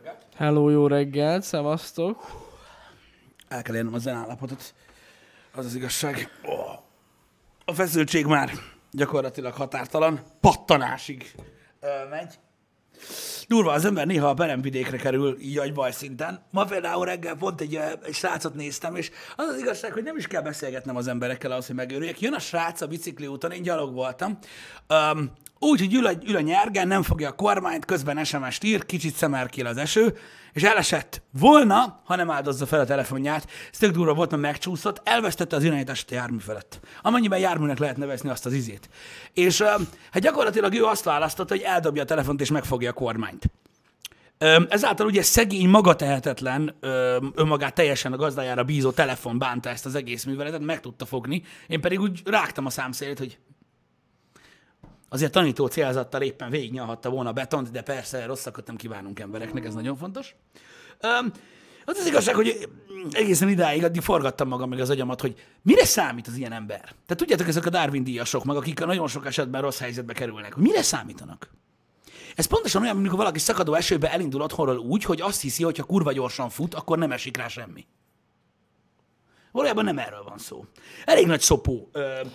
reggelt! Hello, jó reggelt, szevasztok! El kell érnem a zenállapotot. Az az igazság. A feszültség már gyakorlatilag határtalan. Pattanásig megy. Durva, az ember néha a peremvidékre kerül, így agybaj szinten. Ma például reggel pont egy srácot néztem, és az az igazság, hogy nem is kell beszélgetnem az emberekkel ahhoz, hogy megőrüljek. Jön a srác a bicikli úton, én gyalog voltam. Úgy, hogy ül a nyergen, nem fogja a kormányt, közben SMS-t ír, kicsit szemerkél az eső, és elesett volna, ha nem áldozza fel a telefonját. Ez tök durva volt, mert megcsúszott, elvesztette az irányítást a jármű felett. Amennyiben járműnek lehet nevezni azt az izét. És hát gyakorlatilag ő azt választotta, hogy eldobja a telefont és megfogja a kormányt. Ezáltal ugye szegény, magatehetetlen, önmagát teljesen a gazdájára bízó telefon bánta ezt az egész műveletet, meg tudta fogni. Én pedig úgy rágtam a számszélét, hogy azért tanító célzattal éppen végignyalhatta volna a betont, de persze rosszakat nem kívánunk embereknek, ez nagyon fontos. Az igazság, hogy egészen idáig addig forgattam magam meg az agyamat, hogy mire számít az ilyen ember. Tehát tudjátok, ezek a Darwin-díjasok, meg akik nagyon sok esetben rossz helyzetbe kerülnek, hogy mire számítanak? Ez pontosan olyan, amikor valaki szakadó esőbe elindul otthonról úgy, hogy azt hiszi, hogy ha kurva gyorsan fut, akkor nem esik rá semmi. Valójában nem erről van szó. Elég nagy szopó.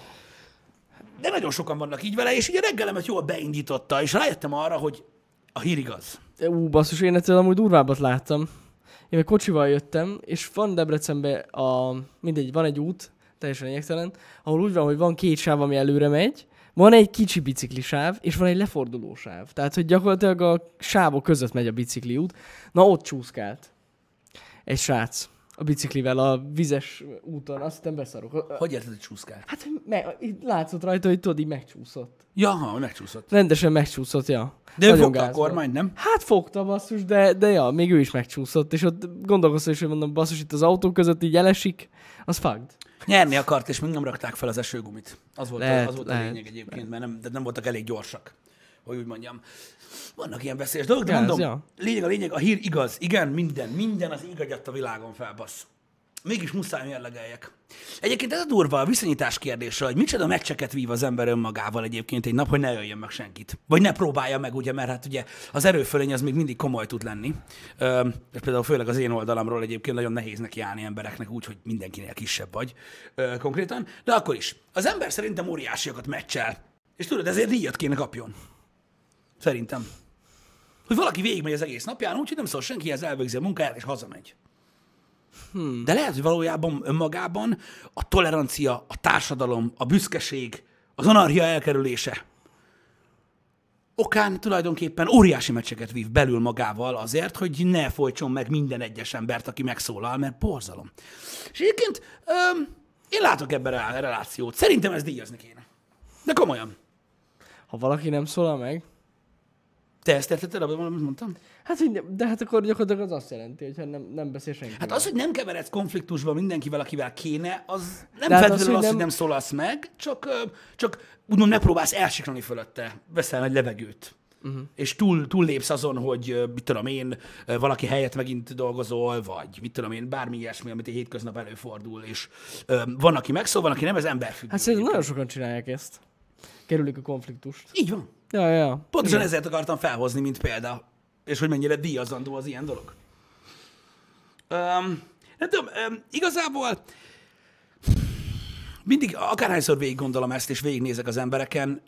De nagyon sokan vannak így vele, és ugye a reggelemet jól beindította, és rájöttem arra, hogy a hír igaz. Basszus, én ettől amúgy durvábbat láttam. Én meg kocsival jöttem, és van Debrecenben van egy út, teljesen lényegtelen, ahol úgy van, hogy van két sáv, ami előre megy, van egy kicsi biciklisáv, és van egy leforduló sáv. Tehát, hogy gyakorlatilag a sávok között megy a bicikliút. Na, ott csúszkált egy srác a biciklivel a vizes úton, azt hittem beszarok. Hogy érted, hogy csúszkál? Hát itt látszott rajta, hogy tudod, így megcsúszott. Jaha, megcsúszott. Rendesen megcsúszott, ja. De ő fogta a kormányt, nem? Hát fogta, basszus, de ja, még ő is megcsúszott, és ott gondolkoztam is, hogy mondom, basszus, itt az autó között így elesik, az fagd. Nyerni akart, és még nem rakták fel az esőgumit. Az volt a lényeg egyébként, lehet. mert nem voltak elég gyorsak, hogy úgy mondjam. Vannak ilyen veszélyes dolgok, de mondom, lényeg, a hír igaz. Igen, minden az ég agyat a világon felbassz. Mégis muszáj mérlegeljek. Egyébként ez a durva a viszonyítás kérdése, hogy micsoda meccseket vív az ember önmagával egyébként egy nap, hogy ne öljön meg senkit. Vagy ne próbálja meg, ugye, mert hát ugye az erőfölény az még mindig komoly tud lenni. És például főleg az én oldalamról egyébként nagyon nehéz neki állni embereknek úgy, hogy mindenkinél kisebb vagy konkrétan. De akkor is. Az ember szerintem óriásiakat meccsel. És tudod, ezért díjat kéne kapjon. Szerintem. Hogy valaki végigmegy az egész napján, úgyhogy nem szól senkihez, elvégzi a munkáját és hazamegy. De lehet, hogy valójában önmagában a tolerancia, a társadalom, a büszkeség, az anarchia elkerülése okán tulajdonképpen óriási meccseket vív belül magával azért, hogy ne folytson meg minden egyes embert, aki megszólal, mert borzalom. És egyébként én látok ebben a relációt. Szerintem ez díjazni kéne. De komolyan. Ha valaki nem szólal meg? Te ezt értetted, amit mondtam? Hát, de hát akkor gyakorlatilag az azt jelenti, hogy nem beszél senkivel. Hát az, hogy nem keveredsz konfliktusba mindenkivel, akivel kéne, az nem hát feltétlenül az, hogy nem szólalsz meg, csak úgymond megpróbálsz elsiklani fölötte, veszel egy levegőt. És túl lépsz azon, hogy mit tudom én, valaki helyett megint dolgozol, vagy mit tudom én, bármi ilyesmi, amit egy hétköznap előfordul, és van, aki megszól, van, aki nem, ez emberfüggő. Hát szerintem nagyon sokan csinálják ezt. Kerülik a konfliktust. Így van. Ja. Pontosan ezért akartam felhozni, mint példa. És hogy mennyire díjazandó az ilyen dolog. Nem tudom, igazából mindig, akárhányszor végig gondolom ezt, és végignézek az embereken,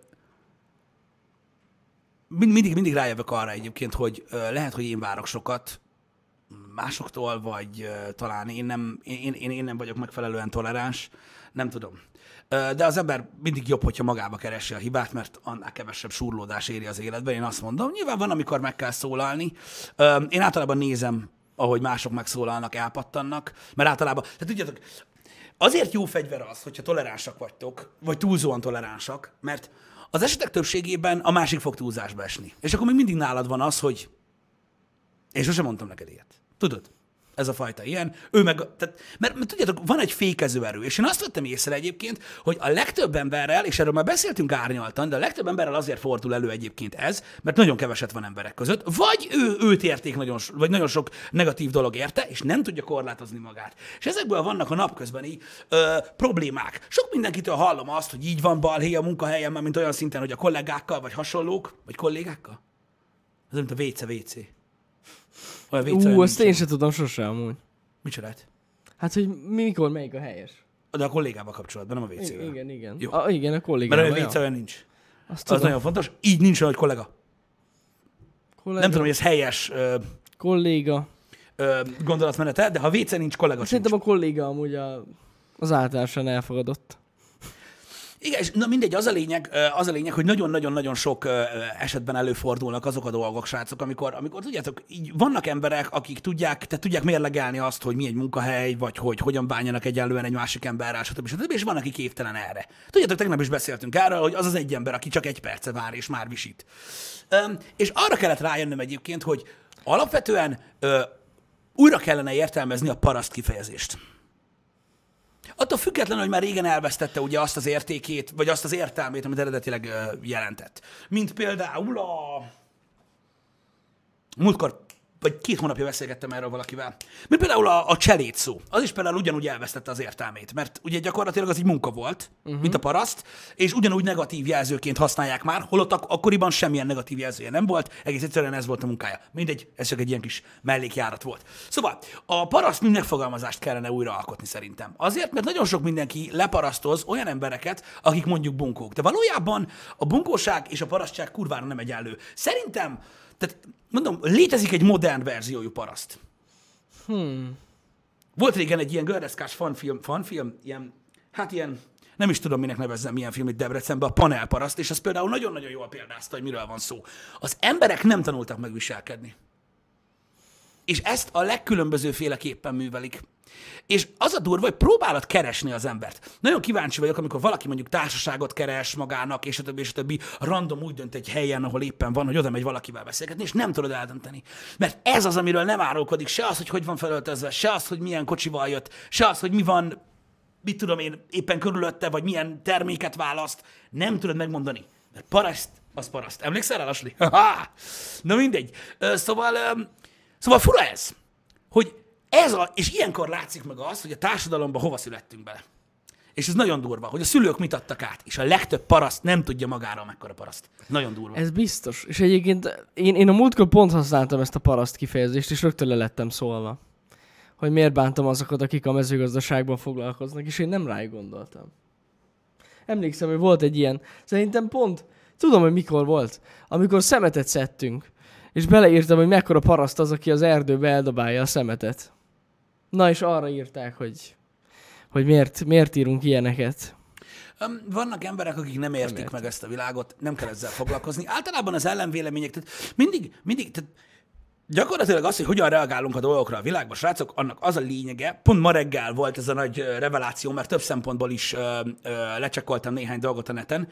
mindig rájövök arra egyébként, hogy lehet, hogy én várok sokat másoktól, vagy talán én nem vagyok megfelelően toleráns, nem tudom. De az ember mindig jobb, hogyha magába keresi a hibát, mert annál kevesebb surlódás éri az életben, én azt mondom. Nyilván van, amikor meg kell szólalni. Én általában nézem, ahogy mások megszólalnak, elpattannak, mert általában, tehát tudjátok, azért jó fegyver az, hogyha toleránsak vagytok, vagy túlzóan toleránsak, mert az esetek többségében a másik fog túlzásba esni. És akkor még mindig nálad van az, hogy én sosem mondtam neked ilyet. Tudod? Ez a fajta ilyen. Ő meg, tehát, mert tudjátok, van egy fékező erő, és én azt vettem észre egyébként, hogy a legtöbb emberrel, és erről már beszéltünk árnyaltan, de a legtöbb emberrel azért fordul elő egyébként ez, mert nagyon keveset van emberek között, vagy őt érték vagy nagyon sok negatív dolog érte, és nem tudja korlátozni magát. És ezekből vannak a napközbeni problémák. Sok mindenkitől hallom azt, hogy így van balhé a munkahelyen, mint olyan szinten, hogy a kollégákkal, vagy hasonlók, vagy kollégákkal. Ez mint a WC. Olyan WC olyan Azt én nincsen. sem tudom sose amúgy. Micsodát? Hát, hogy mikor melyik a helyes? De a kollégával kapcsolatban, nem a WC-vel. Igen. Jó. Igen, a Mert kollégával. olyan WC olyan nincs. Azt Az tudom. nagyon fontos. Így nincs olyan, hogy kollega. Nem tudom, hogy ez helyes Kolléga. gondolatmenete, de ha WC nincs, kollega sincs. Szerintem a kolléga amúgy az általánosan elfogadott. Igen, és na mindegy, az a lényeg, hogy nagyon-nagyon-nagyon sok esetben előfordulnak azok a dolgok, srácok, amikor tudjátok, így vannak emberek, akik tudják mérlegelni azt, hogy mi egy munkahely, vagy hogy hogyan bánjanak egyenlően egy másik emberrel, stb. És van, aki képtelen erre. Tudjátok, tegnap is beszéltünk erről, hogy az az egy ember, aki csak egy perce vár, és már visít. És arra kellett rájönnöm egyébként, hogy alapvetően újra kellene értelmezni a paraszt kifejezést. Attól függetlenül, hogy már régen elvesztette ugye azt az értékét, vagy azt az értelmét, amit eredetileg jelentett. Mint például múltkor, vagy 2 hónapja beszélgettem erről valakivel. Mint például a cseléd szó. Az is például ugyanúgy elvesztette az értelmét, mert ugye gyakorlatilag az egy munka volt, mint a paraszt, és ugyanúgy negatív jelzőként használják már, holott akkoriban semmilyen negatív jelzője nem volt, egész egyszerűen ez volt a munkája. Mindegy, ez csak egy ilyen kis mellékjárat volt. Szóval a paraszt mint megfogalmazást kellene újra alkotni szerintem. Azért, mert nagyon sok mindenki leparasztoz olyan embereket, akik mondjuk bunkók. De valójában a bunkóság és a parasztság kurvára nem egyenlő. Szerintem, tehát mondom, létezik egy modern verziójú paraszt. Volt régen egy ilyen gördeszkás fanfilm, ilyen, nem is tudom, minek nevezzem ilyen film itt Debrecenben, a Panelparaszt, és az például nagyon-nagyon jól példázta, hogy miről van szó. Az emberek nem tanultak megviselkedni. És ezt a legkülönbözőféleképpen művelik. És az a durva, hogy próbálod keresni az embert. Nagyon kíváncsi vagyok, amikor valaki mondjuk társaságot keres magának, és a többi, random úgy dönt egy helyen, ahol éppen van, hogy oda megy valakivel beszélgetni, és nem tudod eldönteni. Mert ez az, amiről nem árulkodik, se az, hogy van felöltözve, se az, hogy milyen kocsival jött, se az, hogy mi van, mit tudom én, éppen körülötte, vagy milyen terméket választ, nem tudod megmondani. Mert paraszt, az paraszt. Emlékszel rá, Lasli? Na mindegy. Szóval fura ez, hogy és ilyenkor látszik meg az, hogy a társadalomban hova születtünk bele. És ez nagyon durva, hogy a szülők mit adtak át, és a legtöbb paraszt nem tudja magára, mekkora paraszt. Nagyon durva. Ez biztos. És egyébként én a múltkor pont használtam ezt a paraszt kifejezést, és rögtön le lettem szólva. Hogy miért bántam azokat, akik a mezőgazdaságban foglalkoznak, és én nem rájuk gondoltam. Emlékszem, hogy volt egy ilyen, szerintem pont, tudom, hogy mikor volt, amikor szemetet szedtünk, és beleírtam, hogy mekkora paraszt az, aki az erdőbe eldobálja a szemetet. Na, és arra írták, hogy miért írunk ilyeneket. Vannak emberek, akik nem értik meg ezt a világot, nem kell ezzel foglalkozni. Általában az ellenvélemények, tehát mindig, tehát gyakorlatilag az, hogy hogyan reagálunk a dolgokra a világban, srácok, annak az a lényege, pont ma reggel volt ez a nagy reveláció, mert több szempontból is lecsekkoltam néhány dolgot a neten.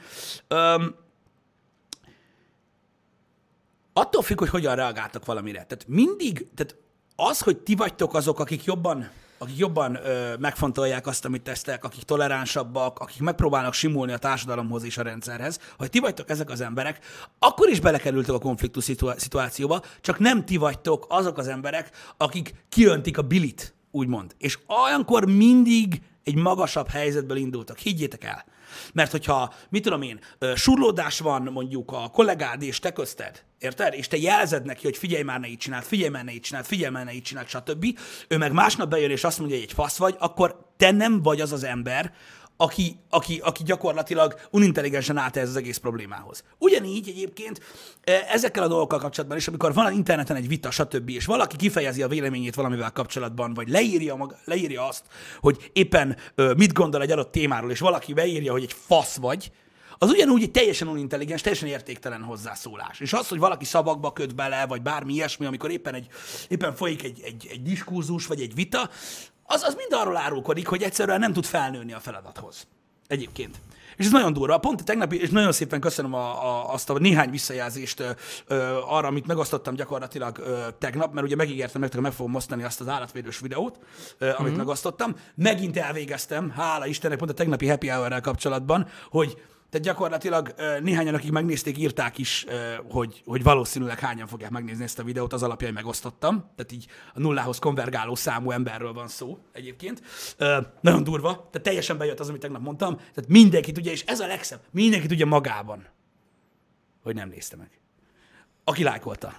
Attól függ, hogy hogyan reagáltak valamire. Tehát az, hogy ti vagytok azok, akik jobban megfontolják azt, amit tesztek, akik toleránsabbak, akik megpróbálnak simulni a társadalomhoz és a rendszerhez, hogy ti vagytok ezek az emberek, akkor is belekerültek a konfliktus szituációba, csak nem ti vagytok azok az emberek, akik kiöntik a bilit, úgymond. És olyankor mindig egy magasabb helyzetből indultak. Higgyétek el. Mert hogyha, mit tudom én, surlódás van mondjuk a kollégád és te közted, érted? És te jelzed neki, hogy figyelj már, ne így csináld, figyelj már, ne így csináld, figyelj már, ne így csináld, stb. Ő meg másnap bejön és azt mondja, hogy egy fasz vagy, akkor te nem vagy az az ember, aki gyakorlatilag unintelligensen állt ez az egész problémához. Ugyanígy egyébként ezekkel a dolgokkal kapcsolatban is, amikor van az interneten egy vita, stb., és valaki kifejezi a véleményét valamivel kapcsolatban, vagy leírja azt, hogy éppen mit gondol egy adott témáról, és valaki beírja, hogy egy fasz vagy, az ugyanúgy egy teljesen unintelligens, teljesen értéktelen hozzászólás. És az, hogy valaki szavakba köt bele, vagy bármi ilyesmi, amikor éppen folyik egy diskurzus, vagy egy vita, az mind arról árulkodik, hogy egyszerűen nem tud felnőni a feladathoz. Egyébként. És ez nagyon durva. Pont tegnap, és nagyon szépen köszönöm azt a néhány visszajelzést arra, amit megosztottam gyakorlatilag tegnap, mert ugye megígértem nektek, hogy meg fogom osztani azt az állatvédős videót, amit megosztottam. Megint elvégeztem, hála Istennek, pont a tegnapi happy hour-rel kapcsolatban, hogy tehát gyakorlatilag néhányan, akik megnézték, írták is, hogy valószínűleg hányan fogják megnézni ezt a videót, az alapján megosztottam. Tehát így a nullához konvergáló számú emberről van szó egyébként. Nagyon durva, tehát teljesen bejött az, amit tegnap mondtam. Tehát mindenki tudja, és ez a legszebb, mindenki tudja magában, hogy nem nézte meg. Aki lájkolta.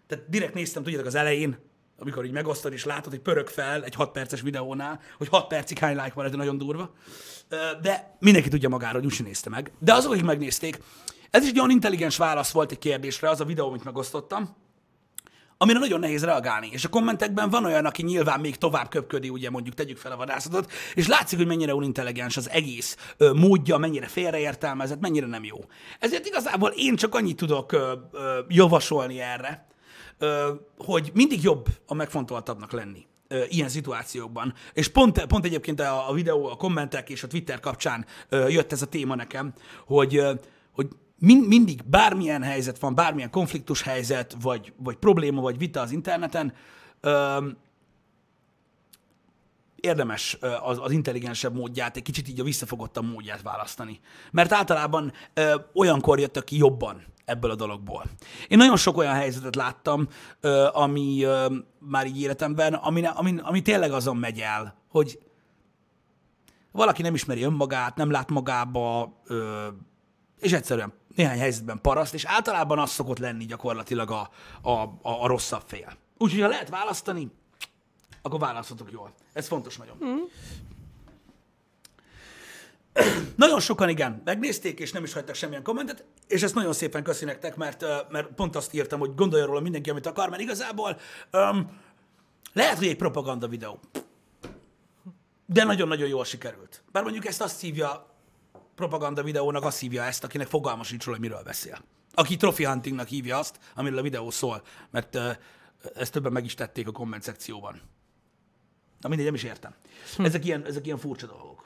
Tehát direkt néztem, tudjátok, az elején, amikor így megosztod és látod, hogy pörög fel egy 6 perces videónál, hogy 6 percig hány like van, ez nagyon durva. De mindenki tudja magáról, hogy úgyse nézte meg. De azok, akik megnézték, ez is egy olyan intelligens válasz volt egy kérdésre, az a videó, amit megosztottam, amire nagyon nehéz reagálni. És a kommentekben van olyan, aki nyilván még tovább köpködi, ugye mondjuk tegyük fel a vadászatot, és látszik, hogy mennyire unintelligens az egész módja, mennyire félreértelmezett, mennyire nem jó. Ezért igazából én csak annyit tudok javasolni erre, hogy mindig jobb a megfontoltabbnak lenni ilyen szituációkban. És pont egyébként a videó, a kommentek és a Twitter kapcsán jött ez a téma nekem, hogy mindig bármilyen helyzet van, bármilyen konfliktus helyzet, vagy probléma, vagy vita az interneten, érdemes az intelligensebb módját, egy kicsit így a visszafogottabb módját választani. Mert általában olyankor jöttök ki jobban ebből a dologból. Én nagyon sok olyan helyzetet láttam, ami már így életemben, ami tényleg azon megy el, hogy valaki nem ismeri önmagát, nem lát magába, és egyszerűen néhány helyzetben paraszt, és általában az szokott lenni gyakorlatilag a rosszabb fél. Úgyhogy ha lehet választani, akkor választhatok jól. Ez fontos nagyon. Nagyon sokan igen, megnézték, és nem is hagytak semmilyen kommentet, és ezt nagyon szépen köszi nektek, mert pont azt írtam, hogy gondolja róla mindenki, amit akar, mert igazából lehet, hogy egy propaganda videó, de nagyon-nagyon jól sikerült. Bár mondjuk ezt azt hívja, propaganda videónak azt hívja ezt, akinek fogalma sincs róla, hogy miről beszél. Aki trophy huntingnak hívja azt, amiről a videó szól, mert ezt többen meg is tették a komment szekcióban. Na mindegy, nem is értem. Ezek ilyen furcsa dolgok.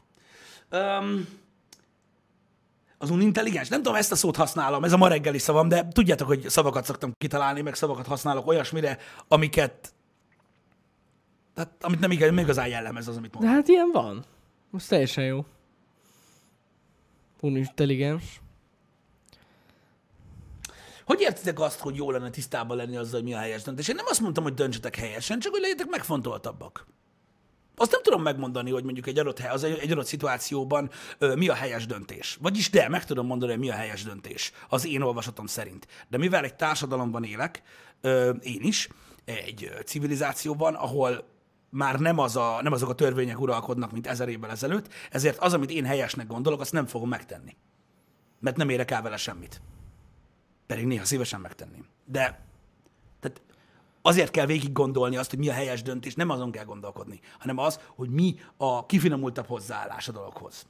Az unintelligens? Nem tudom, ezt a szót használom, ez a ma reggeli szavam, de tudjátok, hogy szavakat szoktam kitalálni, meg szavakat használok olyasmire, amit nem igazán jellemez az, amit mondom. De hát ilyen van. Most teljesen jó. Unintelligens. Hogy értitek azt, hogy jó lenne tisztában lenni azzal, hogy mi a helyes döntés? Én nem azt mondtam, hogy döntsetek helyesen, csak hogy legyetek megfontoltabbak. Azt nem tudom megmondani, hogy mondjuk egy adott szituációban mi a helyes döntés. Vagyis meg tudom mondani, hogy mi a helyes döntés az én olvasatom szerint. De mivel egy társadalomban élek, én is, egy civilizációban, ahol már nem azok a törvények uralkodnak, mint 1000 évvel ezelőtt, ezért az, amit én helyesnek gondolok, azt nem fogom megtenni. Mert nem érek el vele semmit. Pedig néha szívesen megtenném. De tehát azért kell végig gondolni azt, hogy mi a helyes döntés, nem azon kell gondolkodni, hanem az, hogy mi a kifinomultabb hozzáállás a dologhoz.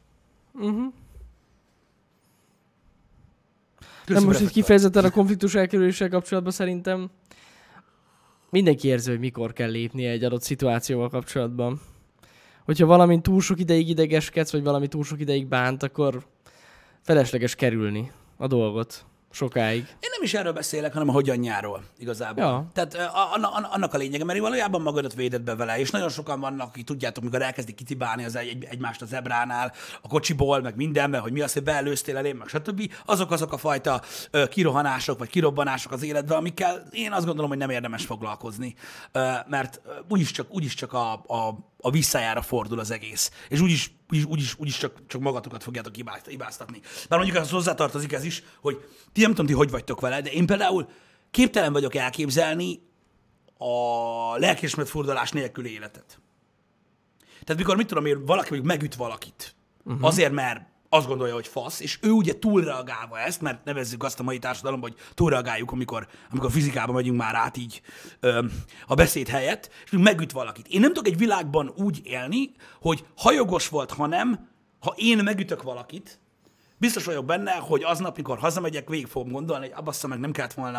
De most itt kifejezetten a konfliktus elkerüléssel kapcsolatban szerintem mindenki érzi, hogy mikor kell lépnie egy adott szituációval kapcsolatban. Hogyha valami túl sok ideig idegeskedsz, vagy valami túl sok ideig bánt, akkor felesleges kerülni a dolgot sokáig. Én nem is erről beszélek, hanem a hogyanjáról igazából. Ja. Tehát annak a lényege, mert valójában magadat véded be vele, és nagyon sokan vannak, akik tudjátok, mikor elkezdik kitibálni egymást a zebránál, a kocsiból, meg mindenben, hogy mi az, hogy beelőztél elém, meg stb. Azok a fajta kirohanások, vagy kirobbanások az életben, amikkel én azt gondolom, hogy nem érdemes foglalkozni, mert úgyis csak a visszájára fordul az egész. És úgyis csak magatokat fogjátok hibáztatni. Bár mondjuk az hozzátartozik ez is, hogy nem tudom, ti hogy vagytok vele, de én például képtelen vagyok elképzelni a lelkiismeret furdalás nélküli életet. Tehát mikor, mit tudom én, valaki megüt valakit, azért, mert azt gondolja, hogy fasz, és ő ugye túlreagálva ezt, mert nevezzük azt a mai társadalomban, hogy túlreagáljuk, amikor fizikába megyünk már át így a beszéd helyett, és megüt valakit. Én nem tudok egy világban úgy élni, hogy ha jogos volt, ha nem, ha én megütök valakit, biztos vagyok benne, hogy aznap, mikor hazamegyek, végig fogom gondolni, hogy abassza meg nem kellett volna,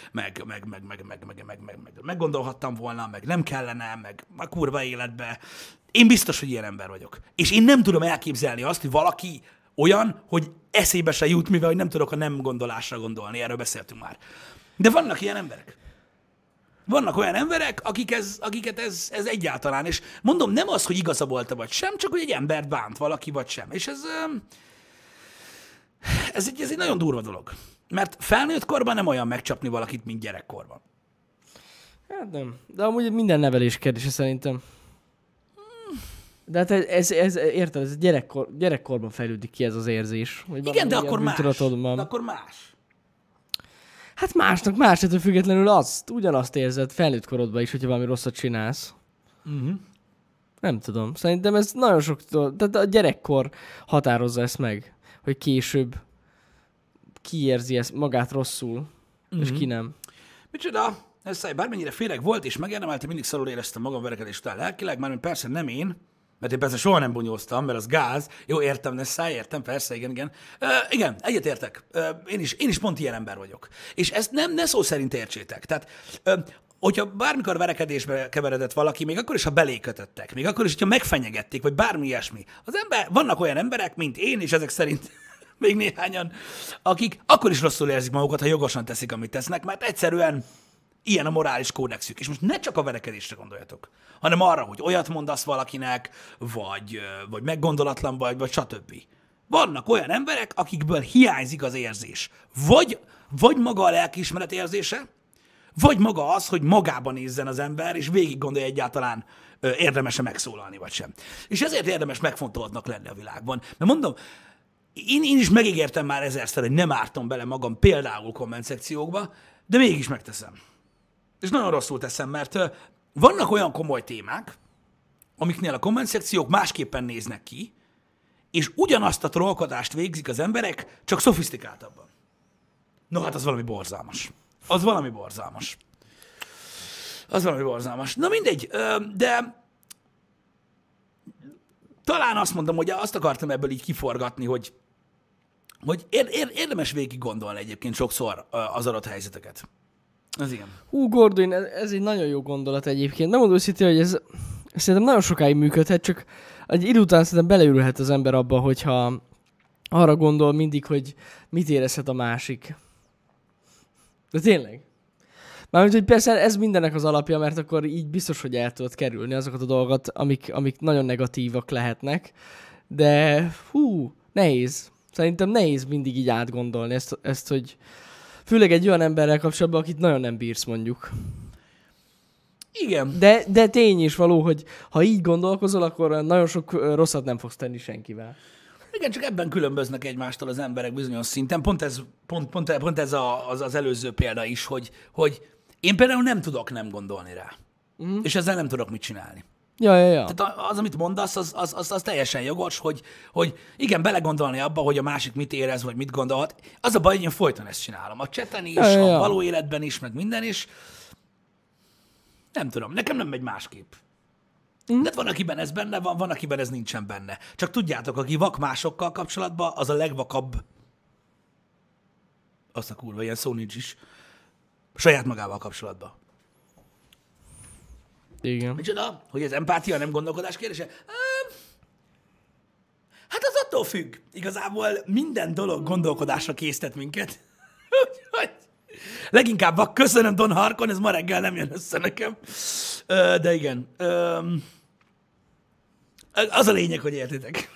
meg gondolhattam volna, meg nem kellene, meg a kurva életbe. Én biztos, hogy ilyen ember vagyok. És én nem tudom elképzelni azt, hogy valaki olyan, hogy eszébe se jut, mivel hogy nem tudok a nem gondolásra gondolni, erről beszéltünk már. De vannak ilyen emberek. Vannak olyan emberek, akiket ez egyáltalán, és mondom, nem az, hogy igaza volt vagy sem, csak hogy egy embert bánt valaki vagy sem. És ez egy nagyon durva dolog. Mert felnőtt korban nem olyan megcsapni valakit, mint gyerekkorban. Hát nem. De amúgy minden nevelés kérdése szerintem. De hát ez érted, ez gyerekkorban fejlődik ki ez az érzés. Hogy igen, de akkor más. De akkor más. Hát másnak mástól függetlenül ugyanazt érzed felnőtt korodban is, hogyha valami rosszat csinálsz. Nem tudom. Szerintem ez nagyon sok... Tehát a gyerekkor határozza ezt meg, hogy később ki érzi ezt magát rosszul, és ki nem. Micsoda? Ez bármennyire féreg volt, és megérdemelte, mindig szarul éreztem magam verekedés után lelkileg, mármint persze nem én, mert én persze soha nem bunyóztam, mert az gáz. Jó, értem, Nessai, értem, persze, igen. Igen, egyetértek. Én is pont ilyen ember vagyok. És ezt ne szó szerint értsétek. Tehát, hogyha bármikor verekedésbe keveredett valaki, még akkor is, ha belé kötöttek, még akkor is, hogyha megfenyegették, vagy bármi ilyesmi. Vannak olyan emberek, mint én, és ezek szerint még néhányan, akik akkor is rosszul érzik magukat, ha jogosan teszik, amit tesznek, mert egyszerűen ilyen a morális kódexük. És most ne csak a verekedésre gondoljatok, hanem arra, hogy olyat mondasz valakinek, vagy meggondolatlan vagy stb. Vannak olyan emberek, akikből hiányzik az érzés. Vagy maga a lelkiismeret érzése, vagy maga az, hogy magában nézzen az ember, és végig gondolja egyáltalán érdemes-e megszólalni, vagy sem. És ezért érdemes megfontoltnak lenni a világban. Mert mondom, én is megígértem már ezerszer, hogy nem ártom bele magam például komment szekciókba, de mégis megteszem. És nagyon rosszul teszem, mert vannak olyan komoly témák, amiknél a komment szekciók másképpen néznek ki, és ugyanazt a trollkodást végzik az emberek, csak szofisztikáltabban. No, hát az valami borzalmas. Az valami borzalmas. Na mindegy, de talán azt mondom, hogy azt akartam ebből így kiforgatni, hogy érdemes végig gondolni egyébként sokszor az adott helyzeteket. Ez igen. Gordon, ez egy nagyon jó gondolat egyébként. Nem mondom őszintén, hogy ez szerintem nagyon sokáig működhet, csak egy idő után szerintem beleülhet az ember abba, hogyha arra gondol mindig, hogy mit érezhet a másik. De tényleg. Mármint, hogy persze ez mindennek az alapja, mert akkor így biztos, hogy el tudod kerülni azokat a dolgokat, amik nagyon negatívak lehetnek. De nehéz. Szerintem nehéz mindig így átgondolni ezt, hogy főleg egy olyan emberrel kapcsolatban, akit nagyon nem bírsz, mondjuk. Igen. De tény is való, hogy ha így gondolkozol, akkor nagyon sok rosszat nem fogsz tenni senkivel. Igen, csak ebben különböznek egymástól az emberek bizonyos szinten. Pont ez az előző példa is, hogy én például nem tudok nem gondolni rá. És ezzel nem tudok mit csinálni. Ja. Tehát az, amit mondasz, az teljesen jogos, hogy igen, belegondolni abba, hogy a másik mit érez, vagy mit gondolhat. Az a baj, hogy én folyton ezt csinálom. A chaten is, a való életben is, meg minden is. Nem tudom, nekem nem megy másképp. De van, akiben ez benne van, akiben ez nincsen benne. Csak tudjátok, aki vak másokkal kapcsolatban, az a legvakabb. Azt a kurva, ilyen szó nincs is. Saját magával kapcsolatban. Igen. Micsoda? Hogy ez empátia, nem gondolkodás kérdése? Hát az attól függ. Igazából minden dolog gondolkodásra késztet minket. Úgyhogy leginkább köszönöm Don Harkon, ez ma reggel nem jön össze nekem. De igen. Az a lényeg, hogy értitek.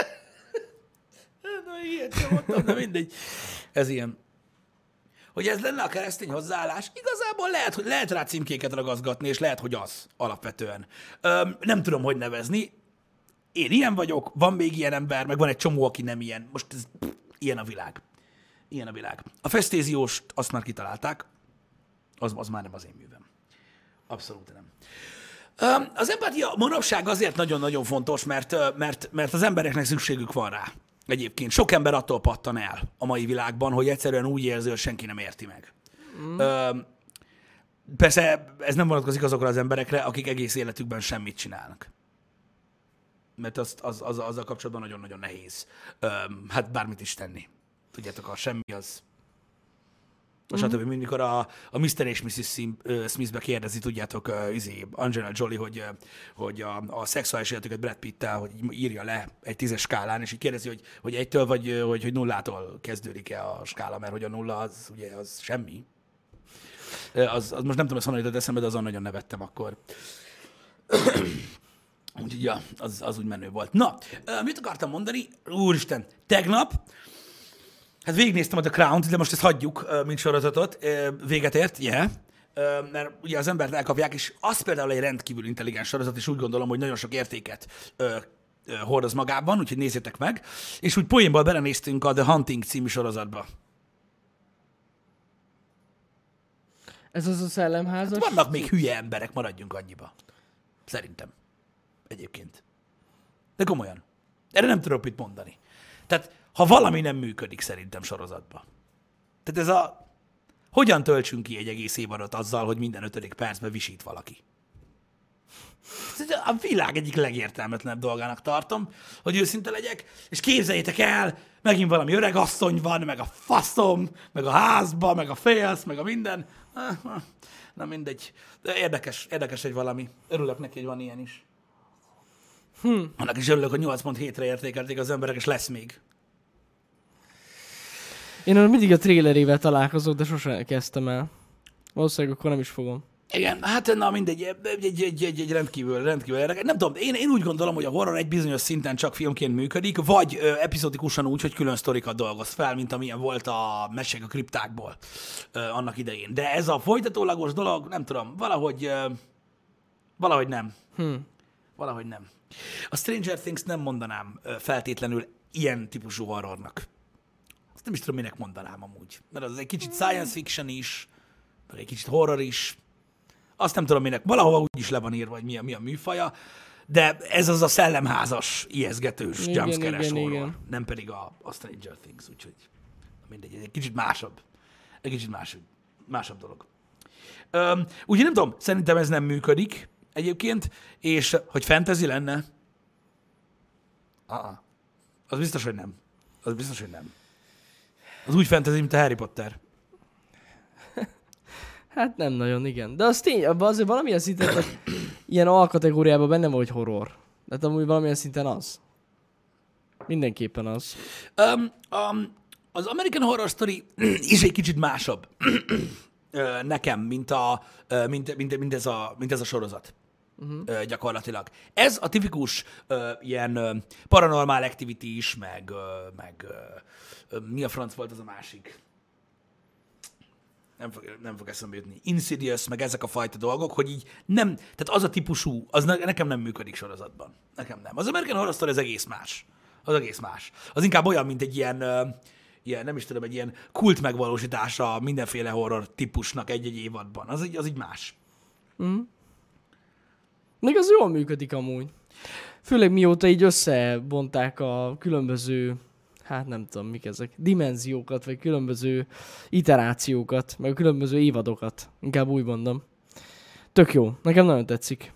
Ilyet sem mondtam, de mindegy. Ez ilyen. Hogy ez lenne a keresztény hozzáállás, igazából lehet rá címkéket ragaszgatni, és lehet, hogy az alapvetően. Nem tudom, hogy nevezni. Én ilyen vagyok, van még ilyen ember, meg van egy csomó, aki nem ilyen. Most ilyen a világ. Ilyen a világ. A festézióst azt már kitalálták, az már nem az én művem. Abszolút nem. Az empátia manapság azért nagyon-nagyon fontos, mert az embereknek szükségük van rá. Egyébként sok ember attól pattan el a mai világban, hogy egyszerűen úgy érzi, hogy senki nem érti meg. Persze ez nem vonatkozik azokra az emberekre, akik egész életükben semmit csinálnak. Mert azzal kapcsolatban nagyon-nagyon nehéz. Hát bármit is tenni. Tudjátok, a semmi az... Stb. Mikor a Mr. és Mrs. Smith-be kérdezi, tudjátok, Angelina Jolie, hogy a szexuális életüket Brad Pitt-tel, hogy írja le egy 10-es skálán, és így kérdezi, hogy egytől vagy hogy nullától kezdődik-e a skála, mert hogy a nulla az ugye az semmi. Az most nem tudom, ezt honnan jutott eszembe, de azon nagyon nevettem akkor. Úgyhogy ja, az úgy menő volt. Na, mit akartam mondani? Úristen, tegnap hát végignéztem a The Crown-t, de most ezt hagyjuk, mint sorozatot. Véget ért, mert ugye az embert elkapják, és az például egy rendkívül intelligens sorozat, és úgy gondolom, hogy nagyon sok értéket hordoz magában, úgyhogy nézzétek meg. És úgy poénból belenéztünk a The Hunting című sorozatba. Ez az a szellemházas? Vannak még hülye emberek, maradjunk annyiba. Szerintem. Egyébként. De komolyan. Erre nem tudok mit mondani. Tehát, ha valami nem működik szerintem sorozatban. Tehát ez a... Hogyan töltsünk ki egy egész évadot azzal, hogy minden 5. percben visít valaki? Ez a világ egyik legértelmetlenebb dolgának tartom, hogy őszinte legyek, és képzeljétek el, megint valami öreg asszony van, meg a faszom, meg a házba, meg a félsz, meg a minden. Na mindegy. De érdekes egy valami. Örülök neki, hogy van ilyen is. Annak is örülök, hogy 8.7-re értékelték az emberek, és lesz még. Én mindig a trailerével találkozok, de sosem kezdtem el. Valószínűleg akkor nem is fogom. Igen, hát na mindegy, egy rendkívül érdekes. Nem tudom, én úgy gondolom, hogy a horror egy bizonyos szinten csak filmként működik, vagy epizódikusan úgy, hogy külön sztorikat dolgoz fel, mint amilyen volt a Mesék a kriptákból annak idején. De ez a folytatólagos dolog, nem tudom, valahogy nem. Valahogy nem. A Stranger Things nem mondanám feltétlenül ilyen típusú horrornak. Azt nem is tudom, minek mondanám amúgy. Mert az egy kicsit science fiction is, meg egy kicsit horror is. Azt nem tudom, minek. Valahova úgy is le van írva, hogy mi a műfaja, de ez az a szellemházas, ijeszgetős, jumpscare-es horror. Igen. Nem pedig a Stranger Things, úgyhogy mindegy, egy kicsit másabb. Egy kicsit másabb dolog. Úgyhogy nem tudom, szerintem ez nem működik egyébként, és hogy fantasy lenne, az biztos, hogy nem. Az biztos, hogy nem. Az úgy fantasy, mint a Harry Potter. Hát nem nagyon, igen. De az tény, abban azért valamilyen szinten, hogy ilyen alkategóriában benne van, hogy horror. Tehát amúgy valamilyen szinten az. Mindenképpen az. Az American Horror Story is egy kicsit másabb nekem, mint ez a sorozat. Gyakorlatilag. Ez a tipikus ilyen Paranormal Activity is, meg mi a franc volt az a másik? Nem fog eszembe jutni. Insidious, meg ezek a fajta dolgok, hogy így nem, tehát az a típusú, az nekem nem működik sorozatban. Nekem nem. Az American Horror Story az egész más. Az egész más. Az inkább olyan, mint egy ilyen nem is tudom, egy ilyen kult megvalósítása mindenféle horror típusnak egy-egy évadban. Az így más. Meg az jól működik amúgy. Főleg mióta így összebonták a különböző, hát nem tudom mik ezek, dimenziókat, vagy különböző iterációkat, meg a különböző évadokat. Inkább úgy mondom. Tök jó. Nekem nagyon tetszik.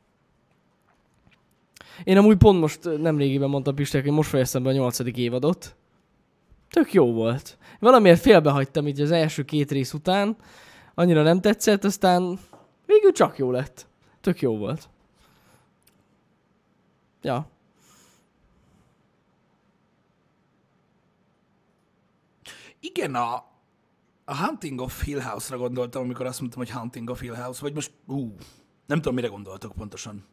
Én amúgy pont most nemrégiben mondtam Pistek, hogy most fejeztem be a 8. évadot. Tök jó volt. Valamiért félbehagytam így az első 2 rész után. Annyira nem tetszett, aztán végül csak jó lett. Tök jó volt. Ja. Igen, a Haunting of Hill House-ra gondoltam, amikor azt mondtam, hogy Haunting of Hill House, vagy most, nem tudom, mire gondoltok pontosan.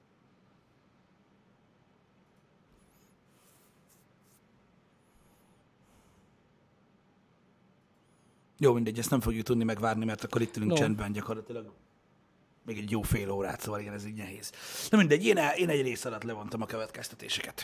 Jó, mindegy, ezt nem fogjuk tudni megvárni, mert akkor itt ülünk csendben gyakorlatilag. Még egy jó fél órát, szóval igen, ez így nehéz. Na mindegy, én egy rész alatt levontam a következtetéseket.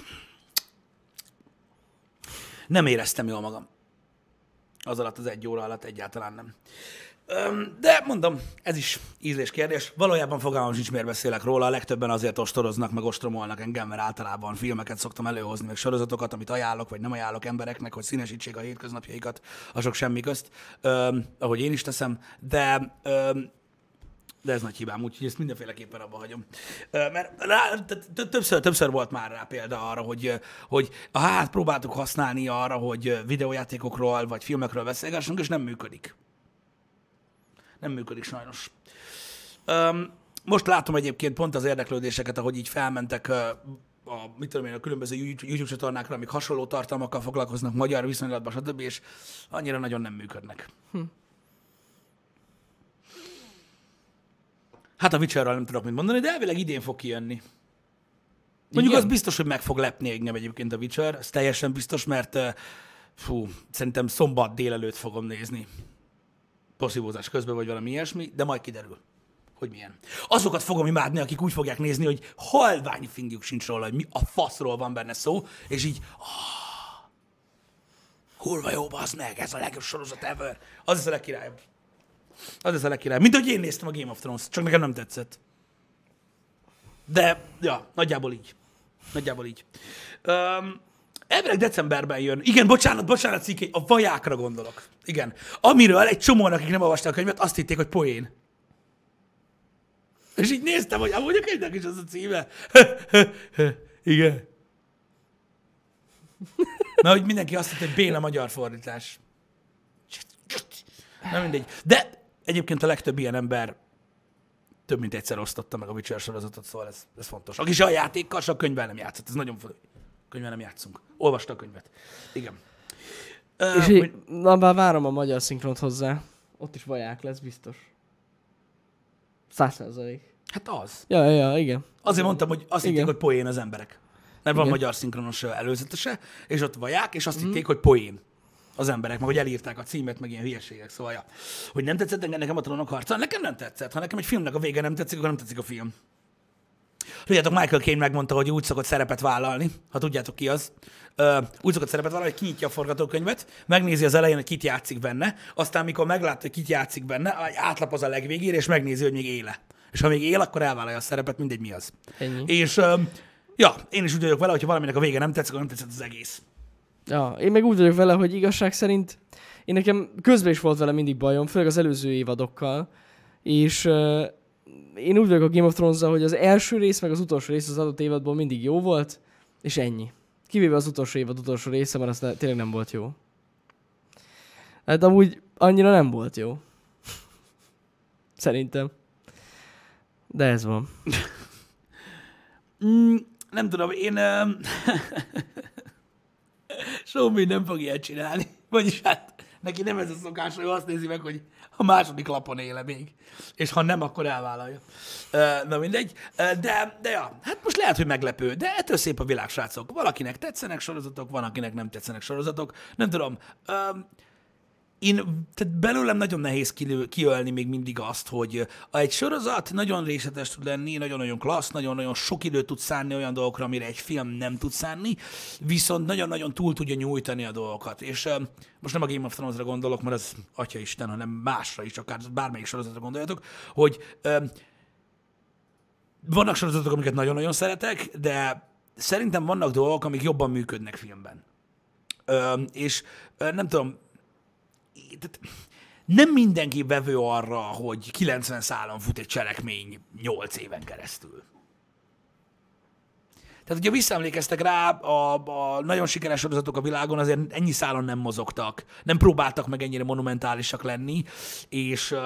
Nem éreztem jól magam. Az alatt, az 1 óra alatt egyáltalán nem. De mondom, ez is ízléskérdés. Valójában fogalmam sincs, miért beszélek róla. A legtöbben azért ostoroznak, meg ostromolnak engem, mert általában filmeket szoktam előhozni, meg sorozatokat, amit ajánlok, vagy nem ajánlok embereknek, hogy színesítsék a hétköznapjaikat a sok semmi közt, ahogy én is teszem, de ez nagy hibám, úgyhogy ezt mindenféleképpen abba hagyom. Mert többször volt már rá példa arra, hogy próbáltuk használni arra, hogy videójátékokról vagy filmekről beszélgessünk, és nem működik. Nem működik sajnos. Most látom egyébként pont az érdeklődéseket, ahogy így felmentek a különböző YouTube csatornákra, amik hasonló tartalmakkal foglalkoznak magyar viszonylatban, stb. És annyira nagyon nem működnek. Hát a Witcherről nem tudok mit mondani, de elvileg idén fog kijönni. Mondjuk az biztos, hogy meg fog lepni engem egyébként a Witcher, ez teljesen biztos, mert szerintem szombat délelőtt fogom nézni. Passzívózás közben, vagy valami ilyesmi, de majd kiderül, hogy milyen. Azokat fogom imádni, akik úgy fogják nézni, hogy halvány fingjuk sincs róla, hogy mi a faszról van benne szó, és így kurva jó, bazd meg, ez a legjobb sorozat ever. Az lesz a legkirályabb. Az lesz a legkirály. Mint ahogy én néztem a Game of Thrones, csak nekem nem tetszett. De, ja, nagyjából így. Nagyjából így. Elvileg decemberben jön. Igen, bocsánat, Ciké, a vajákra gondolok. Igen. Amiről egy csomóan, akik nem olvasták a könyvet, azt hitték, hogy poén. És így néztem, hogy amúgy a könyvnek is az a címe. Igen. Mert hogy mindenki azt hitt, hogy béna magyar fordítás. Nem mindegy. De egyébként a legtöbb ilyen ember több mint egyszer osztotta meg a Witcher sorozatot, szóval ez fontos. Aki se a játékkal, se a könyvvel nem játszott. Ez nagyon fontos. Könyvvel nem játszunk. Olvasta a könyvet. Igen. És na, bár várom a magyar szinkront hozzá. Ott is vaják lesz, biztos. 100%. Hát az. Ja, igen. Azért mondtam, hogy azt hitték, Igen. hogy poén az emberek. Mert van Igen. magyar szinkronos előzetese, és ott vaják, és azt hitték, hogy poén az emberek, meg hogy elírták a címet, meg ilyen hülyeségek. Szóval, ja. Hogy nem tetszett nekem a Trónok harca? Nekem nem tetszett. Ha nekem egy filmnek a vége nem tetszik, akkor nem tetszik a film. Tudjátok, Michael Caine megmondta, hogy úgy szokott szerepet vállalni, ha tudjátok ki az. Úgy szokott szerepet vállalni, hogy kinyitja a forgatókönyvet, megnézi az elején, hogy kit játszik benne, aztán mikor meglátja, hogy kit játszik benne, átlapoz a legvégére, és megnézi, hogy még éle. És ha még él, akkor elvállalja a szerepet, mindegy mi az. Ennyi. És ja, én is úgy vagyok vele, hogyha valaminek a vége nem tetszik, akkor nem tetszett az egész. Ja, én meg úgy vagyok vele, hogy igazság szerint én nekem közben is volt vele mindig bajom, főleg az előző évadokkal, és én úgy vagyok a Game of Thrones-zal, hogy az első rész, meg az utolsó rész az adott évadból mindig jó volt, és ennyi. Kivéve az utolsó évad utolsó része, mert az tényleg nem volt jó. Hát amúgy annyira nem volt jó. Szerintem. De ez van. Nem tudom, én... Somi nem fog ilyet csinálni. Vagyis hát neki nem ez a szokás, hogy azt nézi meg, hogy a második lapon éle még. És ha nem, akkor elvállalja. Na mindegy. De ja, hát most lehet, hogy meglepő, de ettől szép a világ, srácok. Valakinek tetszenek sorozatok, van, akinek nem tetszenek sorozatok. Nem tudom. Tehát belőlem nagyon nehéz kiölni még mindig azt, hogy egy sorozat nagyon részletes tud lenni, nagyon-nagyon klassz, nagyon-nagyon sok időt tud szánni olyan dolgokra, amire egy film nem tud szánni, viszont nagyon-nagyon túl tudja nyújtani a dolgokat. És most nem a Game of Thrones-ra gondolok, mert az atyaisten, hanem másra is, akár bármelyik sorozatra gondoljatok, hogy vannak sorozatok, amiket nagyon-nagyon szeretek, de szerintem vannak dolgok, amik jobban működnek filmben. És nem tudom, nem mindenki vevő arra, hogy 90 szálon fut egy cselekmény 8 éven keresztül. Tehát, hogyha visszaemlékeztek rá, a nagyon sikeres sorozatok a világon azért ennyi szálon nem mozogtak, nem próbáltak meg ennyire monumentálisak lenni, és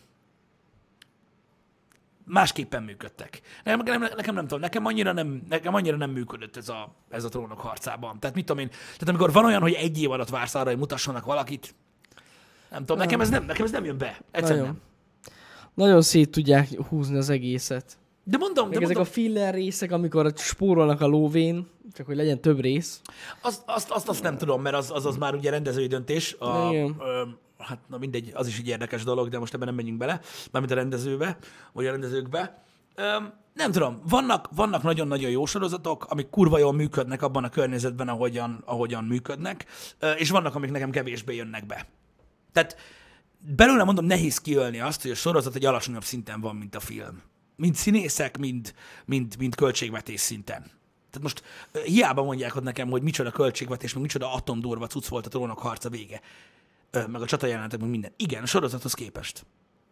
másképpen működtek. Nekem nem tudom, nekem annyira nem működött ez a Trónok harcában. Tehát mit tudom én, tehát amikor van olyan, hogy egy év alatt vársz arra, hogy mutassanak valakit, nem tudom, nekem ez nem jön be. Egyszerűen nem. Nagyon szét tudják húzni az egészet. De mondom, ezek a filler részek, amikor spórolnak a lóvén, csak hogy legyen több rész. Azt nem tudom, mert az már ugye rendezői döntés. Hát na mindegy, az is egy érdekes dolog, de most ebben nem menjünk bele, mármint a rendezőbe, vagy a rendezőkbe. Nem tudom, vannak nagyon-nagyon jó sorozatok, amik kurva jól működnek abban a környezetben, ahogyan működnek, és vannak, amik nekem kevésbé jönnek be. Tehát belőle mondom, nehéz kiölni azt, hogy a sorozat egy alacsonyabb szinten van, mint a film. Mind színészek, mind költségvetés szinten. Tehát most hiába mondják ott nekem, hogy micsoda költségvetés, meg micsoda atomdurva cucc volt a Trónok harca vége. Meg a csatajelenetek, meg minden. Igen, a sorozathoz képest.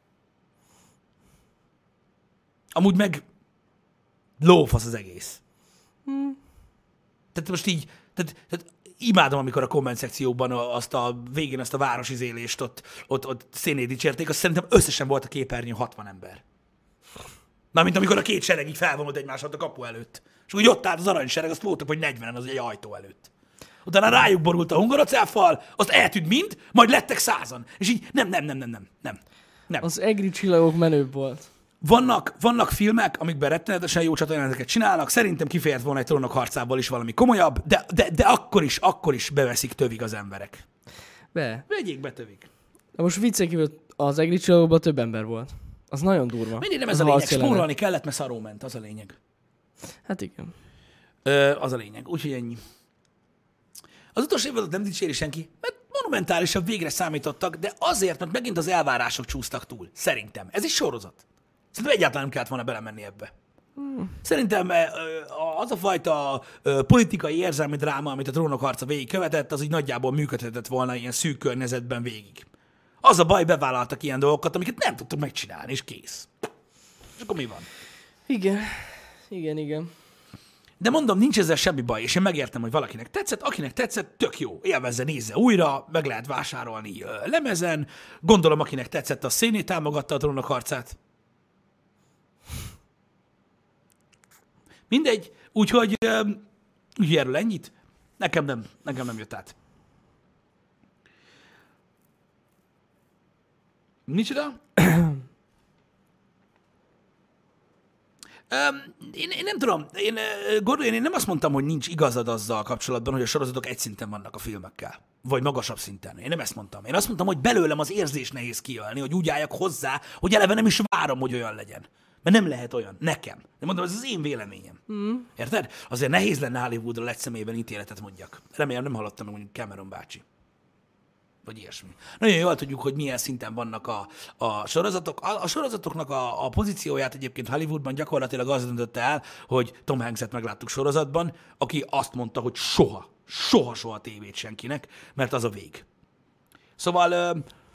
Amúgy meg lófasz az egész. Tehát most így, tehát imádom, amikor a komment szekcióban végén azt a városizélést ott szénét dicsérték, azt szerintem összesen volt a képernyő 60 ember. Mármint amikor a két sereg így felvonult egymásat a kapu előtt. És úgy ott állt az aranysereg, azt voltak, hogy 40-en az egy ajtó előtt. Utána rájuk borult a hungarocellfal, azt eltűnt mind, majd lettek 100-an. És így nem. Az egri csillagok menőbb volt. Vannak filmek, amikben rettenetesen jó csatajeleneteket csinálnak, szerintem kifejezett volna egy Trónok harcából is valami komolyabb, de akkor is beveszik tövig az emberek. Vegyék be tövig. De most viccen kívül az egri csillagokban több ember volt. Az nagyon durva. Mindig nem ez a lényeg, spórolni kellett, mert szaró ment, az a lényeg. Hát igen. Az a lényeg, úgyhogy ennyi. Az utolsó évadot nem dicséri senki, mert monumentálisabb végre számítottak, de azért, mert megint az elvárások csúsztak túl. Szerintem. Ez egy sorozat. Szerintem egyáltalán nem kellett volna belemenni ebbe. Szerintem az a fajta politikai érzelmi dráma, amit a Trónok harca végig követett, az így nagyjából működhetett volna ilyen szűk környezetben végig. Az a baj, bevállaltak ilyen dolgokat, amiket nem tudtak megcsinálni, és kész. És akkor mi van? Igen. De mondom, nincs ezzel semmi baj, és én megértem, hogy valakinek tetszett, akinek tetszett, tök jó. Élvezze, nézze újra, meg lehet vásárolni lemezen. Gondolom, akinek tetszett, a szénét támogatta a Trónok harcát. Mindegy, úgyhogy erről ennyit. Nekem nem jött át. Micsoda? Én nem tudom, Gordon, én nem azt mondtam, hogy nincs igazad azzal kapcsolatban, hogy a sorozatok egy szinten vannak a filmekkel. Vagy magasabb szinten. Én nem ezt mondtam. Én azt mondtam, hogy belőlem az érzés nehéz kijönni, hogy úgy álljak hozzá, hogy eleve nem is várom, hogy olyan legyen. Mert nem lehet olyan. Nekem. De mondom, ez az én véleményem. Érted? Azért nehéz lenne Hollywoodra egy személyben ítéletet mondjak. Remélem nem hallottam meg mondjuk Cameron bácsi. Vagy ilyesmi. Nagyon jól tudjuk, hogy milyen szinten vannak a sorozatok. A sorozatoknak a pozícióját egyébként Hollywoodban gyakorlatilag az döntötte el, hogy Tom Hanks-et megláttuk sorozatban, aki azt mondta, hogy soha tévét senkinek, mert az a vég. Szóval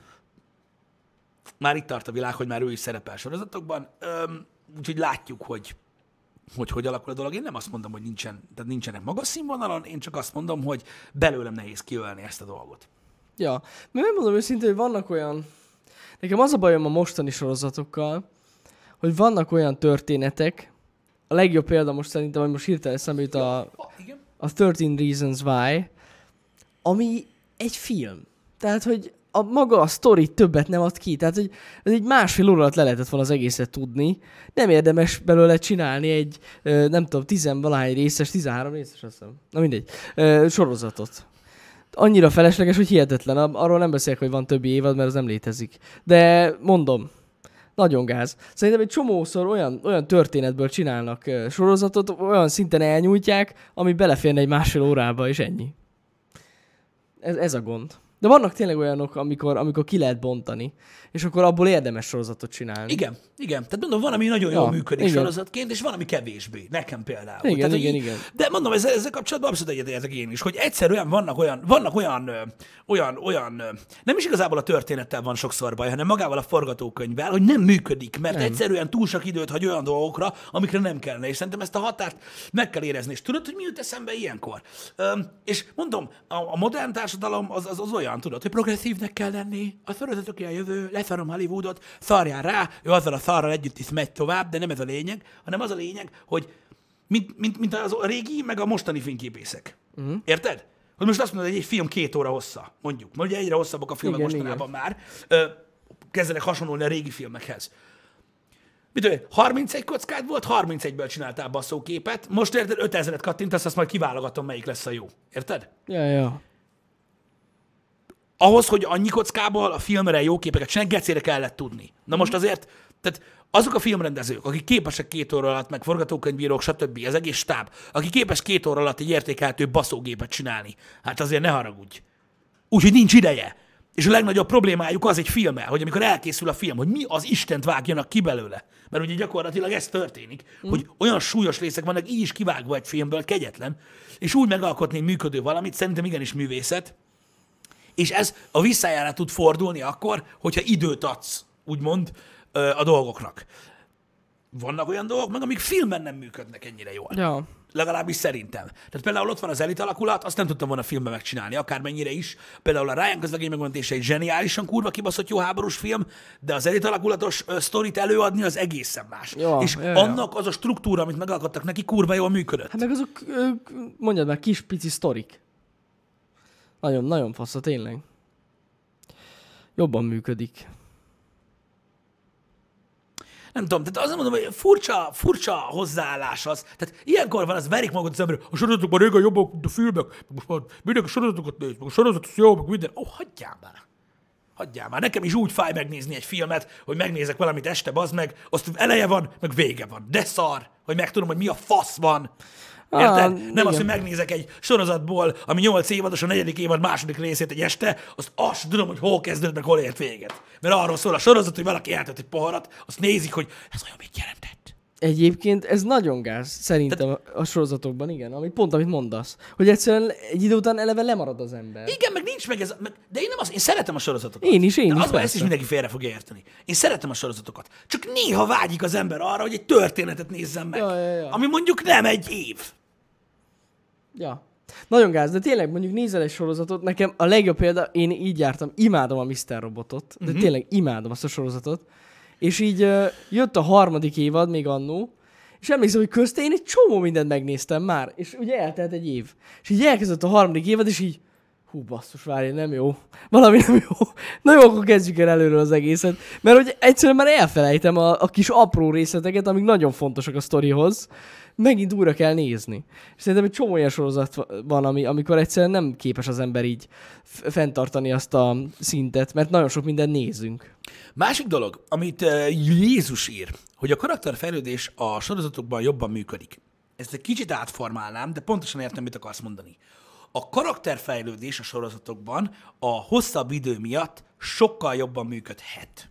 már itt tart a világ, hogy már ő is szerepel sorozatokban, úgyhogy látjuk, hogy alakul a dolog. Én nem azt mondom, hogy nincsenek magas színvonalon, én csak azt mondom, hogy belőlem nehéz kiölni ezt a dolgot. Ja, mert megmondom őszintén, hogy vannak olyan... Nekem az a bajom a mostani sorozatokkal, hogy vannak olyan történetek, a legjobb példa most szerintem, hogy most hirtelen eszembe jut a 13 Reasons Why, ami egy film. Tehát, hogy maga a sztori többet nem ad ki. Tehát, hogy ez egy másfél óra alatt le lehetett volna az egészet tudni. Nem érdemes belőle csinálni egy, nem tudom, 10-valahány részes, 13 részes, azt hiszem. Na mindegy, sorozatot. Annyira felesleges, hogy hihetetlen. Arról nem beszélek, hogy van többi évad, mert az nem létezik. De mondom, nagyon gáz. Szerintem egy csomószor olyan történetből csinálnak sorozatot, olyan szinten elnyújtják, ami beleférne egy másfél órába, és ennyi. Ez a gond. De vannak tényleg olyanok, amikor ki lehet bontani, és akkor abból érdemes sorozatot csinálni. Igen. Tehát mondom, van, ami nagyon jól működik sorozatként, és van, ami kevésbé. Nekem például. Igen. De mondom, ezzel kapcsolatban abszolút egyetértek én is, hogy egyszerűen vannak olyan, nem is igazából a történettel van sokszor baj, hanem magával a forgatókönyvvel, hogy nem működik, mert egyszerűen túl sok időt hagy olyan dolgokra, amikre nem kellene. És szerintem ezt a határt meg kell érezni. És tudod, hogy mi jut eszembe ilyenkor? És mondom, a modern társadalom az olyan, tudod, hogy progresszívnek kell lenni, a sorozatok ilyen jövő, leszarom Hollywoodot, szarjál rá, ő azzal a szarral együtt is megy tovább, de nem ez a lényeg, hanem az a lényeg, hogy mint a régi, meg a mostani fényképészek. Érted? Hogy most azt mondod, hogy egy film 2 óra hossza, mondjuk. Mert ugye egyre hosszabbak a filmek mostanában már, kezdenek hasonlulni a régi filmekhez. Mit tudom, 31 kockád volt, 31-ből csináltál basszóképet, most érted, 5000-et kattintasz, azt majd kiválogatom, melyik lesz a jó. Érted? Ja. Ahhoz, hogy annyi kockából a filmre jó képeket csinálni, gecére kellett tudni. Na most azért, tehát azok a filmrendezők, akik képesek 2 óra alatt, meg forgatókönyvírók, stb., az egész stáb, aki képes 2 óra alatt egy értékelhető baszógépet csinálni, hát azért ne haragudj. Úgyhogy nincs ideje. És a legnagyobb problémájuk az egy filmmel, hogy amikor elkészül a film, hogy mi az Istent vágjanak ki belőle. Mert ugye gyakorlatilag ez történik, hogy olyan súlyos részek vannak így is kivágva egy filmből, kegyetlen, és úgy megalkotni egy működő valamit, szerintem igenis művészet, és ez a visszájára tud fordulni akkor, hogyha időt adsz, úgymond, a dolgoknak. Vannak olyan dolgok, meg amik filmben nem működnek ennyire jól. Ja. Legalábbis szerintem. Tehát például ott van az Elit alakulat, azt nem tudtam volna filmben megcsinálni, akármennyire is. Például a Ryan közlegény megmentése egy zseniálisan kurva kibaszott jó háborús film, de az Elit alakulatos sztorit előadni az egészen más. Ja, és annak az a struktúra, amit megalkottak neki, kurva jól működött. Hát meg azok, mondjad már, kis pici sztorik. Nagyon, nagyon fasz, tényleg. Jobban működik. Nem tudom, tehát azt mondom, hogy furcsa hozzáállás az. Tehát ilyenkor van, az verik magukat az ember, a sorozatokban régen jobbak, mint a filmek, most már mindenki sorozatokat néz, meg a sorozat jó, meg minden. Hagyjál már. Nekem is úgy fáj megnézni egy filmet, hogy megnézek valamit este, bazd meg, azt eleje van, meg vége van. De szar, hogy megtudom, hogy mi a fasz van. Érted? Nem az, igen. hogy megnézek egy sorozatból, ami 8 évados, a 4. évad második részét egy este, azt sem tudom, hogy hol kezdődött, meg hol ért véget. Mert arról szól a sorozat, hogy valaki eltett egy poharat, azt nézik, hogy ez olyan mit jelentett. Egyébként ez nagyon gáz, szerintem a sorozatokban, igen, amit mondasz. Hogy egyszerűen egy idő után eleve lemarad az ember. Igen, meg nincs meg ez, de én szeretem a sorozatokat. Én is, de az, ezt persze. is mindenki félre fogja érteni. Én szeretem a sorozatokat. Csak néha vágyik az ember arra, hogy egy történetet nézzen meg. Ja. Ami mondjuk nem egy év. Ja. Nagyon gáz, de tényleg mondjuk nézel egy sorozatot, nekem a legjobb példa, én így jártam, imádom a Mr. Robotot, de tényleg imádom azt a sorozatot. És így jött a 3. évad még annó, és emlékszem, hogy közte én egy csomó mindent megnéztem már, és ugye eltelt egy év. És így elkezdett a 3. évad, és így, hú basszus, várj, nem jó. Valami nem jó. Na jó, akkor kezdjük el előről az egészet. Mert hogy egyszerűen már elfelejtem a kis apró részleteket, amik nagyon fontosak a sztorihoz. Megint újra kell nézni. És szerintem egy csomó olyan sorozat van, amikor egyszerűen nem képes az ember így fenntartani azt a szintet, mert nagyon sok mindent nézünk. Másik dolog, amit Jézus ír, hogy a karakterfejlődés a sorozatokban jobban működik. Ezt egy kicsit átformálnám, de pontosan értem, mit akarsz mondani. A karakterfejlődés a sorozatokban a hosszabb idő miatt sokkal jobban működhet.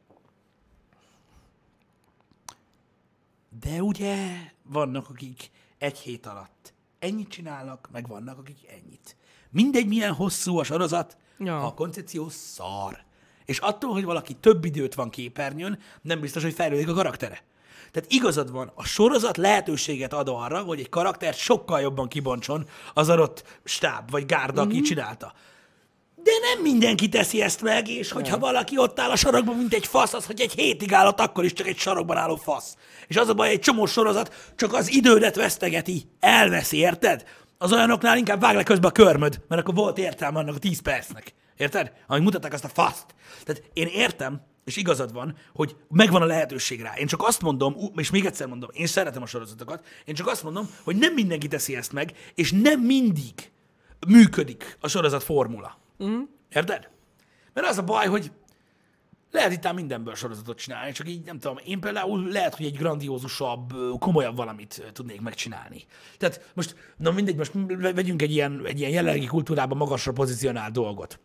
De ugye vannak, akik egy hét alatt ennyit csinálnak, meg vannak, akik ennyit. Mindegy, milyen hosszú a sorozat, Ja. a koncepció szar. És attól, hogy valaki több időt van képernyőn, nem biztos, hogy fejlődik a karaktere. Tehát igazad van, a sorozat lehetőséget ad arra, hogy egy karaktert sokkal jobban kibontson az adott stáb, vagy gárda, aki csinálta. De nem mindenki teszi ezt meg, és hogyha valaki ott áll a sarokban, mint egy fasz, az, hogy egy hétig állott, akkor is csak egy sarokban álló fasz. És az a baj, egy csomó sorozat csak az idődet vesztegeti, elveszi, érted? Az olyanoknál inkább vág le közben a körmöd, mert akkor volt értelme annak a 10 percnek. Érted? Amíg mutatták azt a faszt. Tehát én értem, és igazad van, hogy megvan a lehetőség rá. Én csak azt mondom, és még egyszer mondom, én szeretem a sorozatokat, én csak azt mondom, hogy nem mindenki teszi ezt meg, és nem mindig működik a sorozat formula. Érted? Mert az a baj, hogy lehet itt mindenből sorozatot csinálni, csak így nem tudom, én például lehet, hogy egy grandiózusabb, komolyabb valamit tudnék megcsinálni. Tehát most, na mindegy, most vegyünk egy ilyen jelenlegi kultúrában magasra pozícionált dolgot.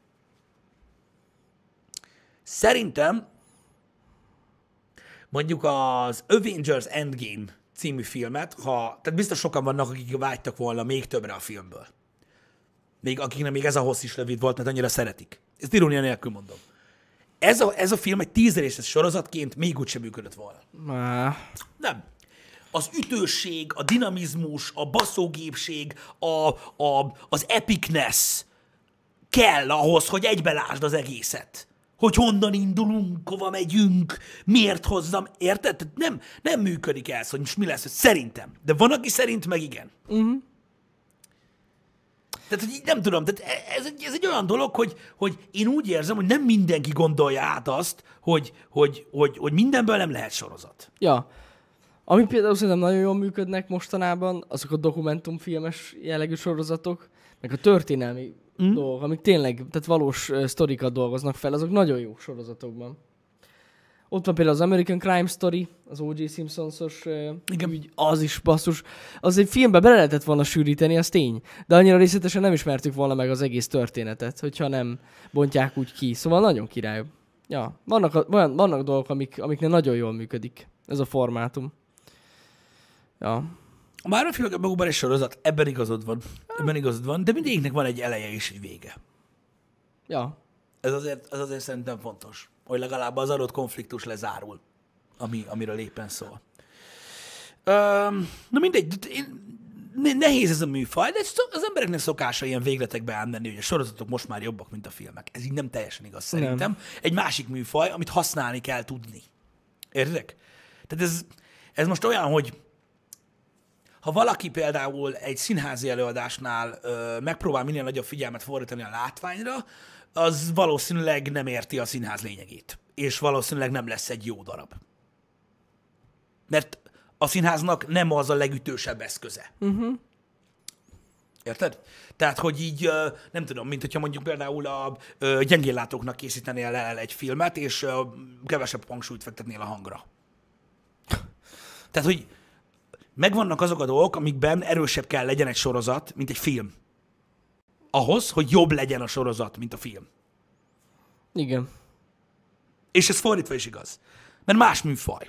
Szerintem mondjuk az Avengers Endgame című filmet, tehát biztos sokan vannak, akik vágytak volna még többre a filmből. Még akiknek még ez a hossz is rövid volt, mert annyira szeretik. Ezt irónia nélkül mondom. Ez a film egy 10 részes sorozatként még úgysem működött volna. Nem. Az ütősség, a dinamizmus, a baszógépség, az epicness kell ahhoz, hogy egybelásd az egészet. Hogy honnan indulunk, hova megyünk, miért hozzam, érted? Tehát nem működik ez, hogy most mi lesz, szerintem. De van, aki szerint meg igen. Tehát, hogy így nem tudom, tehát ez egy olyan dolog, hogy én úgy érzem, hogy nem mindenki gondolja át azt, hogy mindenből nem lehet sorozat. Ja. Ami például szerintem nagyon jól működnek mostanában, azok a dokumentumfilmes jellegű sorozatok, meg a történelmi dolgok, amik tényleg, tehát valós sztorikat dolgoznak fel, azok nagyon jó sorozatokban. Ott van például az American Crime Story, az O.J. Simpsonsos ügy, az is basszus. Az egy filmbe bele lehetett volna sűríteni, az tény. De annyira részletesen nem ismertük volna meg az egész történetet, hogyha nem bontják úgy ki. Szóval nagyon király. Ja, vannak dolgok, amiknél nagyon jól működik ez a formátum. Ja. A Marvel magukban egy sorozat, ebben igazad van, de mindegyiknek van egy eleje és egy vége. Ja. Ez azért szerintem fontos, hogy legalább az adott konfliktus lezárul, amiről éppen szól. Na mindegy, nehéz ez a műfaj, de az embereknek szokása ilyen végletekbe elmenni, hogy a sorozatok most már jobbak, mint a filmek. Ez így nem teljesen igaz szerintem. Nem. Egy másik műfaj, amit használni kell tudni. Értedek? Tehát ez most olyan, hogy ha valaki például egy színházi előadásnál megpróbál minél nagyobb figyelmet fordítani a látványra, az valószínűleg nem érti a színház lényegét. És valószínűleg nem lesz egy jó darab. Mert a színháznak nem az a legütősebb eszköze. Érted? Tehát, hogy így, nem tudom, mint hogyha mondjuk például a gyengéllátóknak készítenél el egy filmet, és kevesebb hangsúlyt fektetnél a hangra. Tehát, hogy megvannak azok a dolgok, amikben erősebb kell legyen egy sorozat, mint egy film. Ahhoz, hogy jobb legyen a sorozat, mint a film. Igen. És ez fordítva is igaz. Mert más műfaj.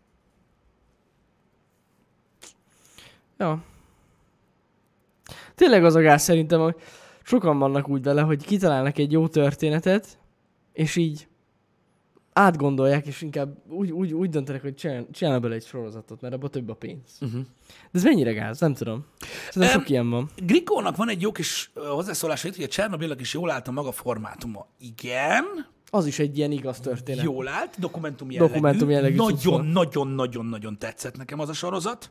Ja. Tényleg az a gáz szerintem, hogy sokan vannak úgy vele, hogy kitalálnak egy jó történetet, és így átgondolják, és inkább úgy döntenek, hogy csinálnak bele egy sorozatot, mert abban több a pénz. Uh-huh. De ez mennyire gáz? Nem tudom. Szerintem sok ilyen van. Grikónak van egy jó kis hozzászólása itt, hogy a Csernobylnak is jól állt a maga formátuma. Igen. Az is egy ilyen igaz történet. Jól állt, dokumentum jellegű. Nagyon-nagyon-nagyon-nagyon tetszett nekem az a sorozat.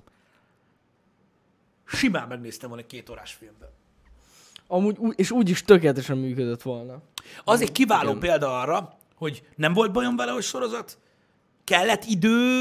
Simán megnéztem volna egy 2 órás filmben. Amúgy, és úgy is tökéletesen működött volna. Az egy kiváló példa arra, hogy nem volt bajom vele, hogy sorozat. Kellett idő,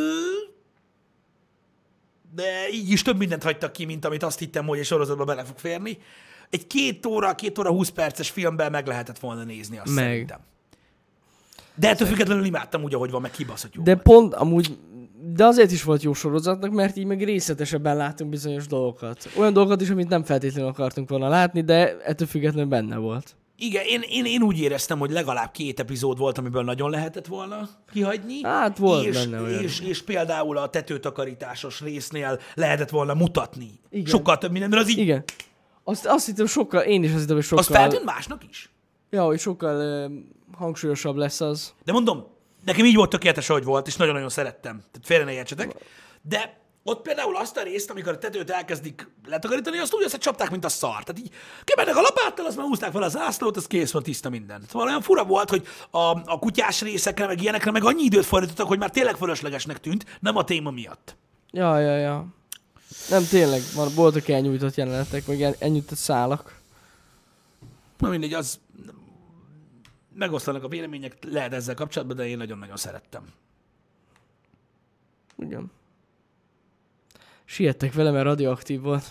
de így is több mindent hagytak ki, mint amit azt hittem, hogy egy sorozatba bele fog férni. Egy 2 óra 20 perces filmben meg lehetett volna nézni azt szerintem. De ettől függetlenül imádtam úgy, ahogy van, meg kibaszott jó. De volt. pont amúgy, de azért is volt jó sorozatnak, mert így meg részletesebben látunk bizonyos dolgokat. Olyan dolgokat is, amit nem feltétlenül akartunk volna látni, de ettől függetlenül benne volt. Igen, én úgy éreztem, hogy legalább 2 epizód volt, amiből nagyon lehetett volna kihagyni. Hát volt benne olyan. És például a tetőtakarításos résznél lehetett volna mutatni. Igen. Sokkal több minden, mert az így... Igen. Azt hittem sokkal, én is azt hittem, hogy sokkal... Az feltűnt másnak is. Ja, hogy sokkal hangsúlyosabb lesz az. De mondom, nekem így volt tökéletes, ahogy volt, és nagyon-nagyon szerettem. Tehát félre ne értsetek. De ott például azt a részt, amikor a tetőt elkezdik letakarítani, azt úgy összecsapták, mint a szar. Tehát így kimennek a lapáttal, azt már húzták fel a zászlót, az kész van, tiszta minden. Szóval olyan fura volt, hogy a kutyás részekre, meg ilyenekre meg annyi időt fordítottak, hogy már tényleg fölöslegesnek tűnt, nem a téma miatt. Ja. Nem, tényleg, voltak elnyújtott jelenetek, meg elnyújtott szálak. Na mindegy, az megoszlanak a vélemények, lehet ezzel kapcsolatban, de én nagyon-nagyon szerettem. Igen. Siettek vele, mert radioaktív volt.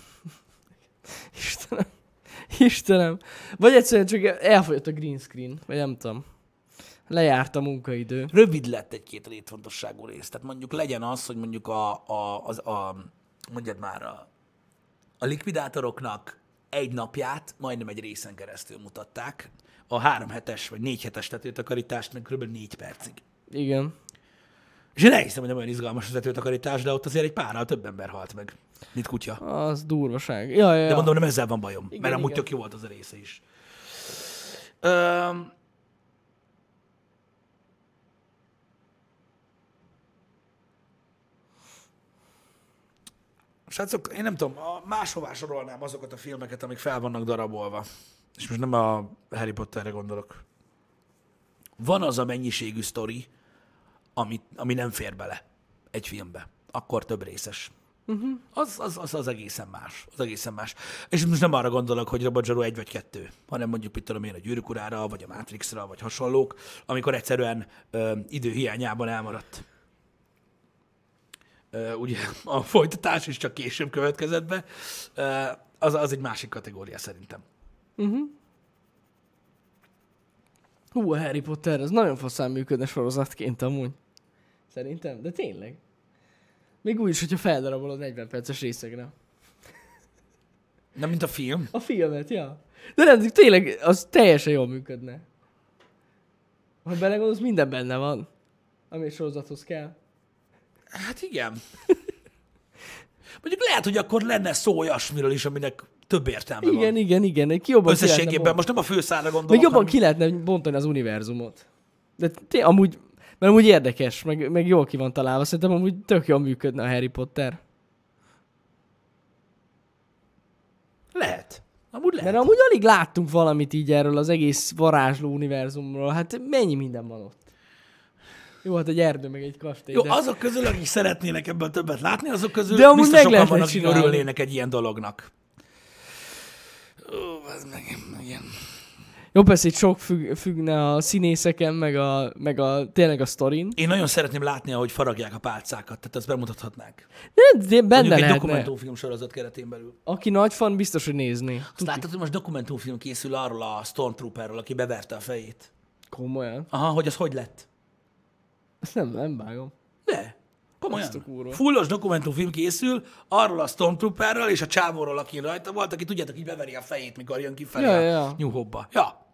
Istenem. Vagy egyszerűen csak elfogyott a green screen, vagy nem tudom. Lejárt a munkaidő. Rövid lett egy-két létfontosságú rész. Tehát mondjuk legyen az, hogy mondjuk mondjad már, a likvidátoroknak egy napját majdnem egy részen keresztül mutatták. A 3 hetes vagy 4 hetes tetőtakarítást meg kb. 4 percig. Igen. És én elhiszem, hogy nem olyan izgalmas a tetőtakarítás, de ott azért egy párral több ember halt meg, mint kutya. Az durvaság. Ja. De mondom, nem ezzel van bajom, igen, mert amúgy igen. tök jó volt az a része is. Srácok, én nem tudom, máshová sorolnám azokat a filmeket, amik fel vannak darabolva. És most nem a Harry Potterre gondolok. Van az a mennyiségű sztori, ami nem fér bele egy filmbe. Akkor több részes. Az egészen más. Az egészen más. És most nem arra gondolok, hogy Robot Zsaru 1 vagy 2, hanem mondjuk, mit tudom én, a Gyűrűk Urára, vagy a Matrixra, vagy hasonlók, amikor egyszerűen időhiányában elmaradt. Ugye a folytatás is csak később következett be. Az egy másik kategória szerintem. Hú, a Harry Potter, az nagyon faszán működne sorozatként amúgy. Szerintem, de tényleg. Még úgy is, hogyha feldarabolod 40 perces részekre. Nem, mint a film. A filmet, ja. De nem, tényleg, az teljesen jól működne. Ha belegondolsz, minden benne van, ami egy sorozathoz kell. Hát igen. Mondjuk lehet, hogy akkor lenne szó olyasmiről is, aminek több értelme van. Igen. Jobban összességében, most nem a főszára gondolok. meg jobban ki lehetne bontani az univerzumot. De amúgy, mert amúgy érdekes, meg jól ki van találva. Szerintem amúgy tök jól működne a Harry Potter. Lehet. Amúgy lehet. Mert amúgy alig láttunk valamit így erről az egész varázsló univerzumról. Hát mennyi minden van ott? Jó, hát egy erdő, meg egy kastély. Jó, de... azok közül, akik szeretnének ebből többet látni, azok közül de amúgy biztos sokan lehetne vannak, akik csinálni. örülnének egy ilyen dolognak. Ó, ez meg igen. Jó, persze itt sok függne a színészeken, meg tényleg a sztorin. Én nagyon szeretném látni, ahogy faragják a pálcákat, tehát ezt bemutathatnák. De benne Mondjuk egy lehetne. dokumentumfilm sorozat keretén belül. Aki nagy fan, biztos, hogy nézni. Azt láttad, hogy most dokumentumfilm készül arról a Stormtrooperről, aki beverte a fejét? Komolyan. Aha, hogy az hogy lett? Ezt nem vágom. De. Komolyan. Azt a kurva. Fullos dokumentumfilm készül arról a Stormtrooperről és a csávóról, aki rajta volt, aki tudjátok, így beveri a fejét, mikor jön kifelé a New Hope-ba. Ja.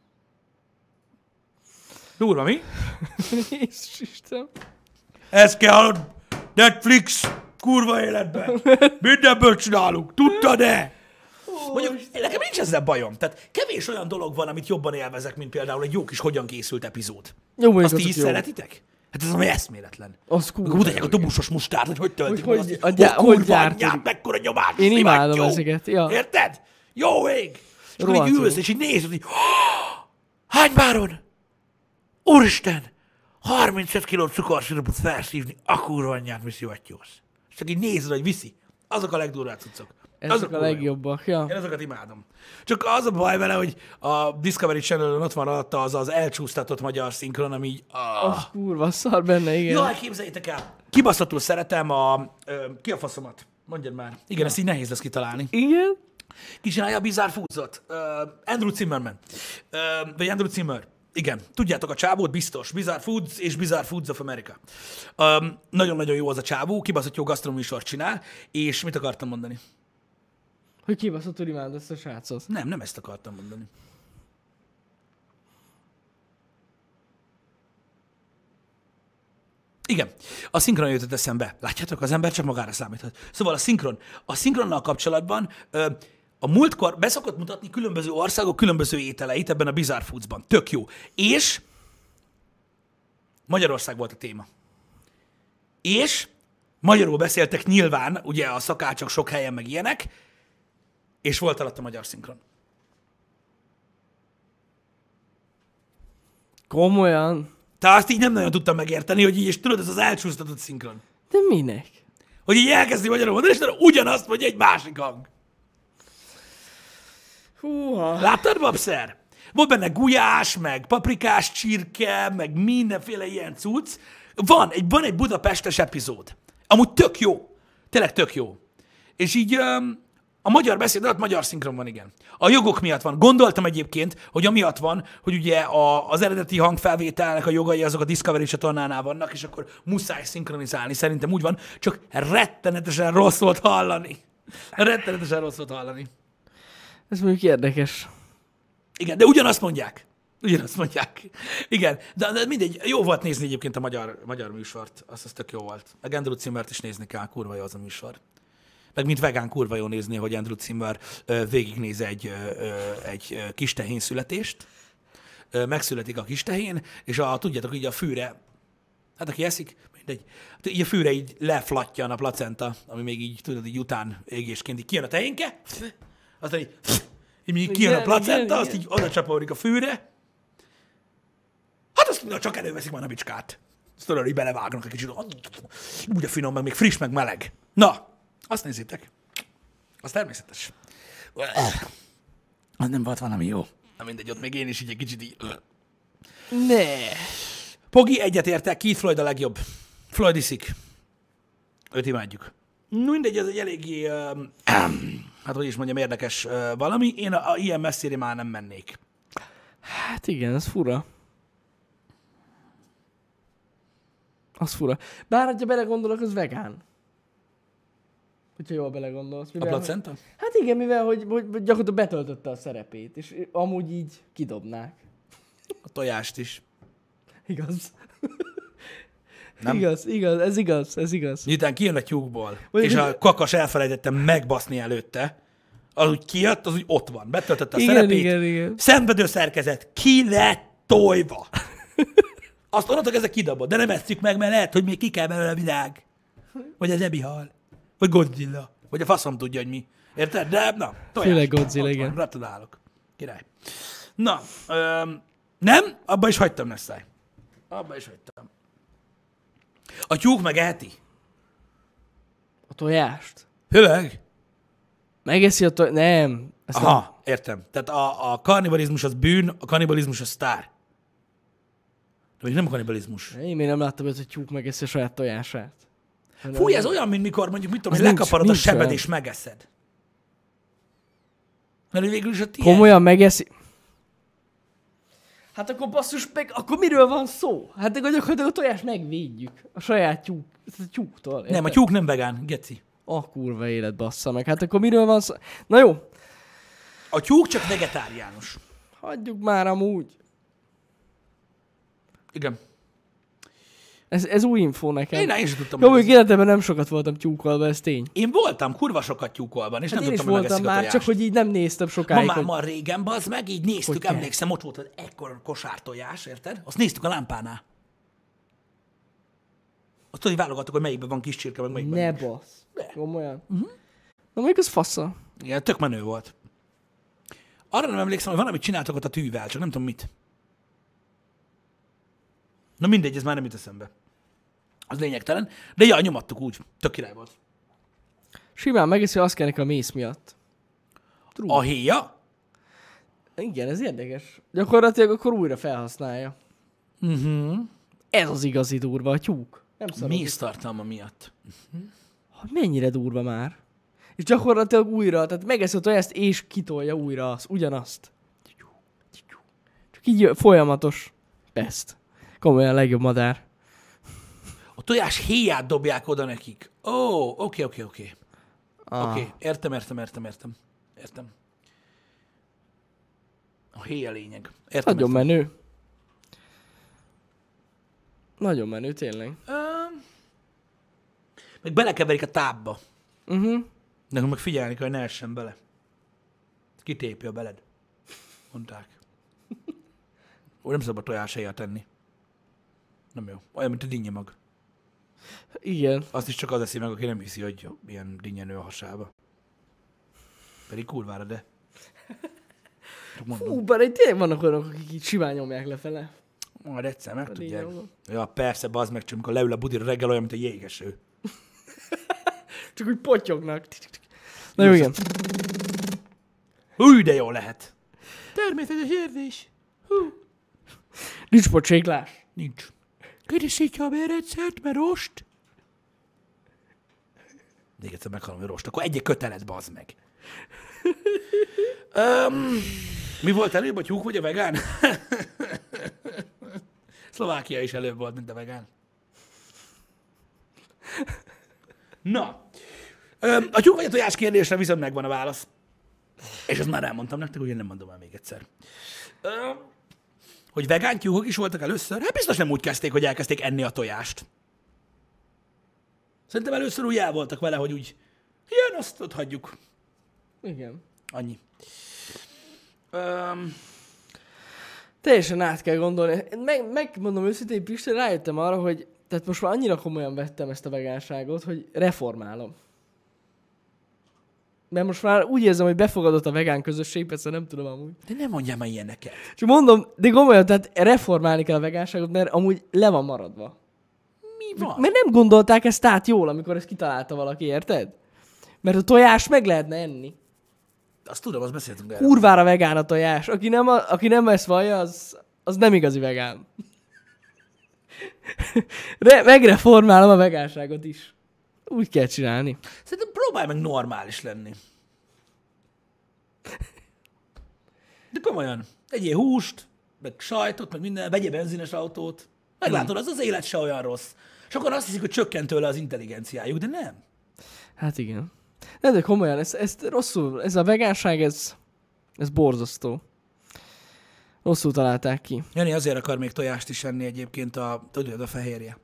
Durva, mi? Jézus Isten. Ez kell hallod, Netflix, kurva életben. Mindenből csinálunk, tudtad-e? Mondjuk, nekem nincs ezzel bajom. Tehát kevés olyan dolog van, amit jobban élvezek, mint például egy jó kis hogyan készült epizód. Jó, mondjuk Azt ti is jó. szeretitek? Hát ez ami eszméletlen. Az kurva. Akkor mutatják a dobusos mustárt, hogy töltik Hogy- meg azt, hogy- hogy hogy kurva gyártod. anyját, mekkora nyomás. Én szivattyú. imádom ezeket, ja. Érted? Jó ég. És akkor Rohadt így jó. ülsz, és így nézed, hogy hány báron? Úristen! 35 kiló cukorszirupot felszívni, a kurva anyját mi szivattyúsz. És csak így nézed, hogy viszi. Azok a legdurvább cuccok. Ezek a kurva jó. legjobbak, ja. Én azokat imádom. Csak az a baj vele, hogy a Discovery Channel-on ott van alatta az elcsúsztatott magyar szinkron, ami így... Az kurva szar benne, igen. Jaj, képzeljétek el! Kibaszottul szeretem ki a faszomat? Mondjad már. Igen, ezt így nehéz lesz kitalálni. Igen? Ki csinálja a Bizarre Foods-ot? Andrew Zimmerman. Vagy Andrew Zimmer. Igen, tudjátok a csávót, biztos. Bizarre Foods és Bizarre Foods of America. Nagyon-nagyon jó az a csávó, kibaszott jó gasztronoműsort csinál, és mit akartam mondani? Hogy kibaszottul imád ezt a srácot. Nem ezt akartam mondani. Igen, a szinkron jutott eszembe. Látjátok, az ember csak magára számíthat. Szóval a szinkronnal kapcsolatban a múltkor beszokott mutatni különböző országok különböző ételeit ebben a Bizarre Foodsban. Tök jó. És Magyarország volt a téma. És magyarul beszéltek nyilván, ugye a szakácsok sok helyen meg ilyenek, és volt alatt a magyar szinkron. Komolyan? Te azt így nem nagyon tudtam megérteni, hogy így, és tudod, ez az elcsúsztatott szinkron. De minek? Hogy így elkezdi magyarul mondani, és utána ugyanazt mondja egy másik hang. Húha. Láttad, babszer? Volt benne gulyás, meg paprikás csirke, meg mindenféle ilyen cucc. Van egy budapestes epizód. Amúgy tök jó. Tényleg tök jó. És így a magyar beszéd alatt magyar szinkron van, igen. A jogok miatt van. Gondoltam egyébként, hogy amiatt van, hogy ugye az eredeti hangfelvételnek a jogai azok a Discovery csatornánál vannak, és akkor muszáj szinkronizálni. Szerintem úgy van, csak rettenetesen rossz volt hallani. Rettenetesen rossz volt hallani. Ez mondjuk érdekes. Igen, de ugyanazt mondják. Ugyanazt mondják. Igen, de mindegy, jó volt nézni egyébként a magyar műsort. Az tök jó volt. Meg Andrew Zimmert is nézni kell, kurva jó az a műsor. Meg mint vegán kurva jó nézni, hogy Andrew Zimmer végignéz egy kis tehén születést. Megszületik a kis tehén, és tudjátok, így a fűre, hát aki eszik, mindegy, így a fűre így leflatjan a placenta, ami még így, tudod, így után égésként így kijön a tehénke, aztán így kijön a placenta, azt így oda csapódik a fűre, hát azt csak előveszik már a bicskát. Azt tudod, hogy belevágnak egy kicsit, úgy a finom, meg még friss, meg meleg. Na, azt nézzétek. Az természetes. Az nem volt valami jó. Na mindegy, ott még én is így egy kicsit így... Ne. Pogi, egyetértek, Keith Floyd a legjobb. Floyd iszik. Őt imádjuk. Mindegy, ez egy eléggé, hát hogy is mondjam, érdekes valami. Én ilyen messzire már nem mennék. Hát igen, ez fura. Az fura. Bár, ha belegondolok, az vegán. Hogyha jól belegondolsz. A placenta? Hát igen, mivel hogy gyakorlatilag betöltötte a szerepét, és amúgy így kidobnák. A tojást is. Igaz. Nem? Igaz, ez igaz. Miután kijön a tyúkból, Mondjuk, és a kakas elfelejtette megbaszni előtte, az úgy kijött, az úgy ott van. Betöltötte a Igen, szerepét. igen. Szenvedő szerkezet. Ki lett tojva. Azt onnantól ezek kidobod, de nem esszük meg, mert lehet, hogy még ki kell belőle a világ. Vagy az Ebihal. Vagy Godzilla. Vagy a faszom tudja, hogy mi. Érted? De na, tojás. Főleg Godzilla, igen. Gratulálok. Király. Na, nem? Abba is hagytam, Nessai. Abba is hagytam. A tyúk meg eheti. A tojást? Tényleg? Megeszi a tojást? Nem. Ezt nem. Aha, értem. Tehát a kannibalizmus az bűn, a kannibalizmus az sztár. De még nem a kannibalizmus. Én még nem láttam, hogy a tyúk megeszi a saját tojását. Fúj, ez olyan, mint mikor mondjuk, mit tudom, Az hogy nincs- lekaparod a nincs sebed olyan. és megeszed. Mert végül is a tiéd. Komolyan megeszi? Hát akkor basszus meg, akkor miről van szó? Hát akkor gyakorlatilag a tojást megvédjük a saját tyúktól. Érted? Nem, a tyúk nem vegán, geci. A kurva élet bassza meg. Hát akkor miről van szó? Na jó. A tyúk csak vegetáriánus. Hagyjuk már amúgy. Igen. Ez új info nekem. Én sem tudtam. Jó, életemben nem sokat voltam tyúkolva, ez tény. Én voltam kurva sokat tyúkolban, és Hát nem én is tudtam, hogy voltam megeszik a már, tojást. csak hogy így nem néztem sokáig. Ma régen, bazd meg, így néztük, Hogy kell? emlékszem, ott volt egy ekkora kosártojás, érted? Azt néztük a lámpánál. Azt tudod, hogy válogattuk, hogy melyikben van kis csirke, meg melyikben Ne nincs. bassz. De. Komolyan. Na mondjuk az fassa. Igen, tök menő volt. Arra nem emlékszem, hogy valamit csináltak ott a tűvel, csak nem tudom mit. Na mindegy, ez már nem jut eszembe. Az lényegtelen. De ja, nyomattuk úgy. Tök király volt. Simán megeszi, azt kell neki a mész miatt. A héja? Igen, ez érdekes. Gyakorlatilag akkor újra felhasználja. Ez az igazi durva, a tyúk. Nem szarod. Méz tartalma miatt. Mennyire durva már. És gyakorlatilag újra, tehát megeszi a tojást és kitolja újra azt, ugyanazt. Csak így folyamatos. Best. Komolyan a legjobb madár. A tojás héját dobják oda nekik. Ó, oké. Oké, értem. A héja lényeg. Nagyon menő. Nagyon menő, tényleg. Meg belekeverik a tábba. De meg figyelni kell, hogy ne essen bele. Kitépje beled. Mondták. Ó, nem szabad tojáshéjat tenni. Nem jó. Olyan, mint a dinnyemag. Igen. Azt is csak az eszi meg, aki nem hiszi, hogy ilyen dinnye nő a hasába. Pedig kurvára, de... Csak mondom. Fú, bár tényleg vannak olyanok, akik így simán nyomják lefele. Majd egyszer meg tudják. dinnyemag. Ja, persze, bazd meg, csak amikor leül a budira reggel olyan, mint a jégeső. Csak úgy potyognak. Na jó, igen. Hú, de jó lehet. Természetes érzés. Nincs pocséklás. Nincs. Kérdezzétja a bérrendszert, mert rost. Még egyszer meghalom, hogy rost. Akkor egyik kötelet, bazd meg. Mi volt előbb, a tyúk vagy a vegán? Szlovákia is előbb volt, mint a vegán. Na. A tyúk vagy a tojás kérdésre viszont megvan a válasz. És azt már elmondtam nektek, hogy én nem mondom el még egyszer. Hogy vegán tyúkok is voltak először? Hát biztos nem úgy kezdték, hogy elkezdték enni a tojást. Szerintem először úgy el voltak vele, hogy úgy, ilyen, azt ott hagyjuk. Igen. Annyi. Teljesen át kell gondolni. Megmondom őszintén, Pisti, rájöttem arra, hogy tehát most már annyira komolyan vettem ezt a vegánságot, hogy reformálom. Mert most már úgy érzem, hogy befogadott a vegán közösség, persze nem tudom amúgy. De nem mondjál már ilyeneket. Csak mondom, de komolyan, tehát reformálni kell a vegánságot, mert amúgy le van maradva. Mi van? Mert nem gondolták ezt át jól, amikor ezt kitalálta valaki, érted? Mert a tojás meg lehetne enni. Azt tudom, azt beszéltünk erről. Kurvára vegán a tojás. Aki nem ezt vallja, az nem igazi vegán. Megreformálom a vegánságot is. Úgy kell csinálni. Szerintem próbálj meg normális lenni. De komolyan. Egyél húst, meg sajtot, meg minden, vegyél benzines autót. Meglátod, az élet se olyan rossz. Sokan azt hiszik, hogy csökkent tőle az intelligenciájuk, de nem. Hát igen. De komolyan, ez rosszul, ez a vegánság, ez borzasztó. Rosszul találták ki. Jani azért akar még tojást is enni egyébként tudod, a fehérje.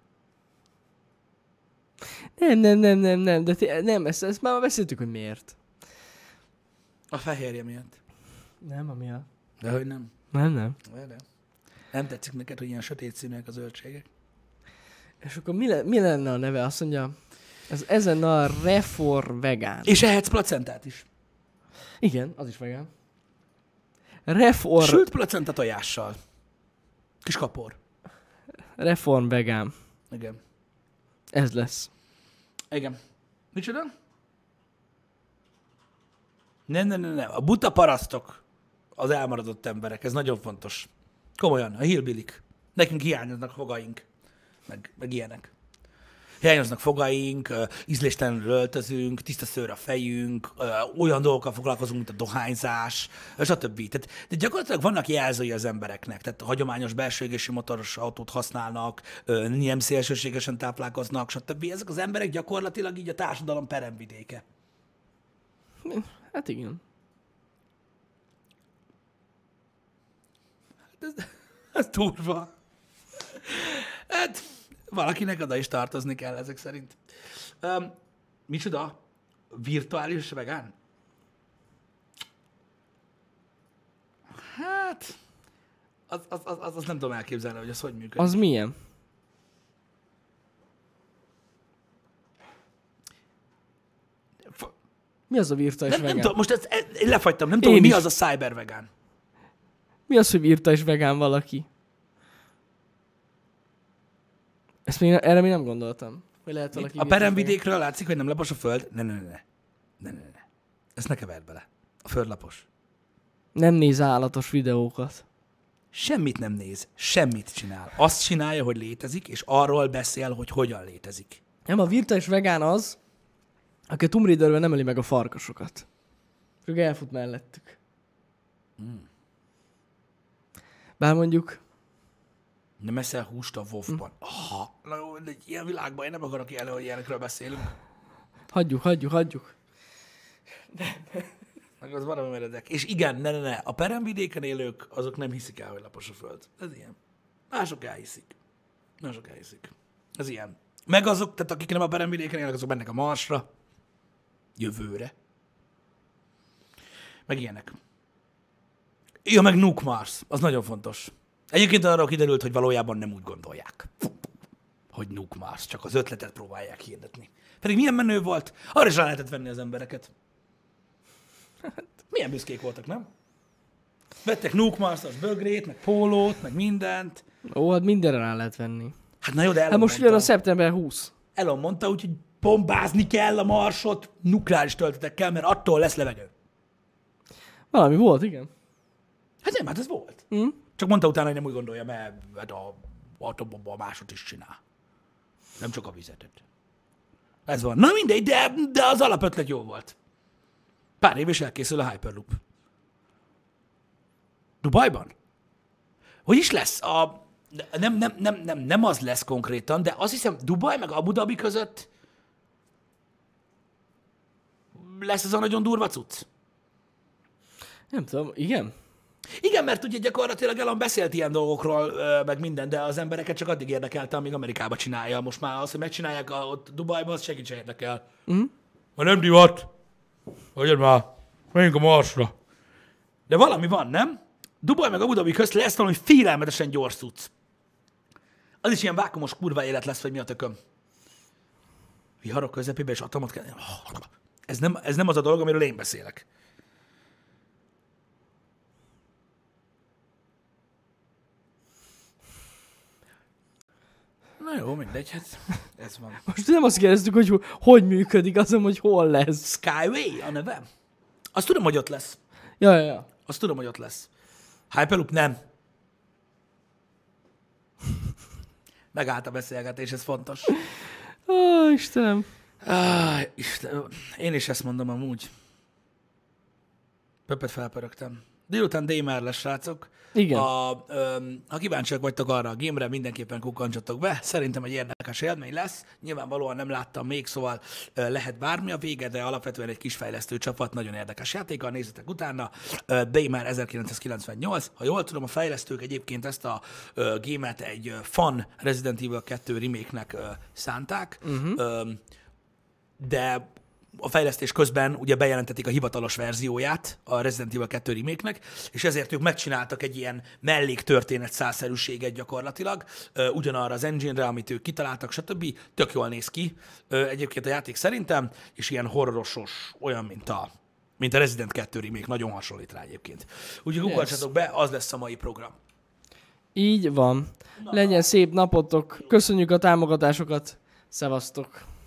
Nem, de nem, ezt már beszéltük, hogy miért. A fehérje miatt. Nem, amiatt. De hogy nem. Nem. De. Nem tetszik neked, hogy ilyen sötét színűek a zöldségek? És akkor mi lenne a neve? Azt mondja, ez lenne a Reform Vegán. És ehetsz placentát is. Igen, az is vegán. Reform... Sült placenta tojással. Kis kapor. Reform Vegán. Igen. Ez lesz. Igen. Micsoda? Nem. A buta parasztok az elmaradott emberek. Ez nagyon fontos. Komolyan, a hillbillik. Nekünk hiányoznak fogaink. Meg ilyenek. hiányoznak fogaink, ízléstelenül öltözünk, tiszta szőr a fejünk, olyan dolgokkal foglalkozunk, mint a dohányzás, stb. De gyakorlatilag vannak jelzői az embereknek, tehát hagyományos belső égésű motoros autót használnak, nem szélsőségesen táplálkoznak, stb. Ezek az emberek gyakorlatilag így a társadalom peremvidéke. Hát igen. Ez durva. Hát, valakinek oda is tartozni kell ezek szerint. Micsoda? Virtuális vegán? Hát, az nem tudom elképzelni, hogy az hogy működik. Az milyen? Mi az a virtuális Nem vegán? tudom, most én lefagytam, nem tudom, hogy mi az a cybervegán. Mi az, hogy virtuális vegán valaki? Erre még nem gondoltam. Hogy lehet valaki A peremvidékről látszik, hogy nem lapos a föld? Ne. Ezt ne keverd bele. A föld lapos. Nem néz állatos videókat. Semmit nem néz, semmit csinál. Azt csinálja, hogy létezik, és arról beszél, hogy hogyan létezik. Nem, a virtuális vegán az, aki a Tomb Raiderben nem öli meg a farkasokat. Csak elfut mellettük. Bár mondjuk... Nem eszel húst a WoW-ban. Na jó, egy ilyen világban én nem akarok élni, hogy ilyenekről beszélünk. Hagyjuk. Meg az valami meredek. És igen, ne. A peremvidéken élők, azok nem hiszik el, hogy lapos a föld. Ez ilyen. Mások elhiszik. Ez ilyen. Meg azok, tehát akik nem a peremvidéken élnek, azok mennek a Marsra. Jövőre. Meg ilyenek. Ja, meg Nuke Mars. Az nagyon fontos. Egyébként arra kiderült, hogy valójában nem úgy gondolják, hogy Nuke Mars, csak az ötletet próbálják hirdetni. Pedig milyen menő volt, arra is rá lehetett venni az embereket. Milyen büszkék voltak, nem? Vettek Nuke Mars-os bögrét, meg pólót, meg mindent. Ó, hát mindenre rá lehet venni. Hát na jó, de Hát most jön a szeptember 20. Elon mondta, úgyhogy bombázni kell a Marsot nukleáris töltetekkel, mert attól lesz levegő. Valami volt, igen. Hát nem, hát ez volt. Csak mondta utána, hogy nem úgy gondolja, mert hát a atombomba másot is csinál. Nem csak a vizetet. Ez van. Na mindegy, de az alapötlet jó volt. Pár év és elkészül a Hyperloop. Dubajban? Hogy is lesz? Nem az lesz konkrétan, de azt hiszem Dubaj meg Abu Dhabi között lesz ez a nagyon durva cucc. Nem tudom, igen? Igen, mert ugye gyakorlatilag Elon beszélt ilyen dolgokról, meg minden, de az embereket csak addig érdekelte, amíg Amerikába csinálja. Most már az, hogy megcsinálják ott Dubajban, az segítsen érdekel. Ha nem divat, hogyan már, menjünk a Marsra. De valami van, nem? Dubaj meg Abu Dhabi közt lesz valami félelmetesen gyors cucc. Az is ilyen vákumos kurva élet lesz, vagy mi a tököm. Viharok közepébe és atomot kell... Ez nem az a dolog, amiről én beszélek. Na jó, mindegy, hát ez van. Most nem azt kérdeztük, hogy működik, azon, hogy hol lesz. Skyway a neve? Azt tudom, hogy ott lesz. Ja. Azt tudom, hogy ott lesz. Hyperloop nem. Megállt a beszélgetés, ez fontos. Ó, Istenem. Istenem. Én is ezt mondom amúgy. Pöppet felpörögtem. Délután Damer lesz, srácok. Igen. Ha kíváncsiak vagytok arra a gémre, mindenképpen kukkantsatok be. Szerintem egy érdekes élmény lesz. Nyilvánvalóan nem láttam még, szóval lehet bármi a vége, de alapvetően egy kis fejlesztő csapat, nagyon érdekes játékkal, nézzetek utána. Damer 1998. Ha jól tudom, a fejlesztők egyébként ezt a gémet egy fun Resident Evil 2 remake-nek szánták, de a fejlesztés közben ugye bejelentették a hivatalos verzióját a Resident Evil 2 remake-nek, és ezért ők megcsináltak egy ilyen melléktörténet százszerűséget gyakorlatilag, ugyanarra az engine-re, amit ők kitaláltak, stb. Tök jól néz ki egyébként a játék szerintem, és ilyen horrorosos, olyan, mint a Resident 2 remake, nagyon hasonlít rá egyébként. Úgyhogy kukkantsatok be, az lesz a mai program. Így van. Legyen szép napotok, köszönjük a támogatásokat, szevasztok!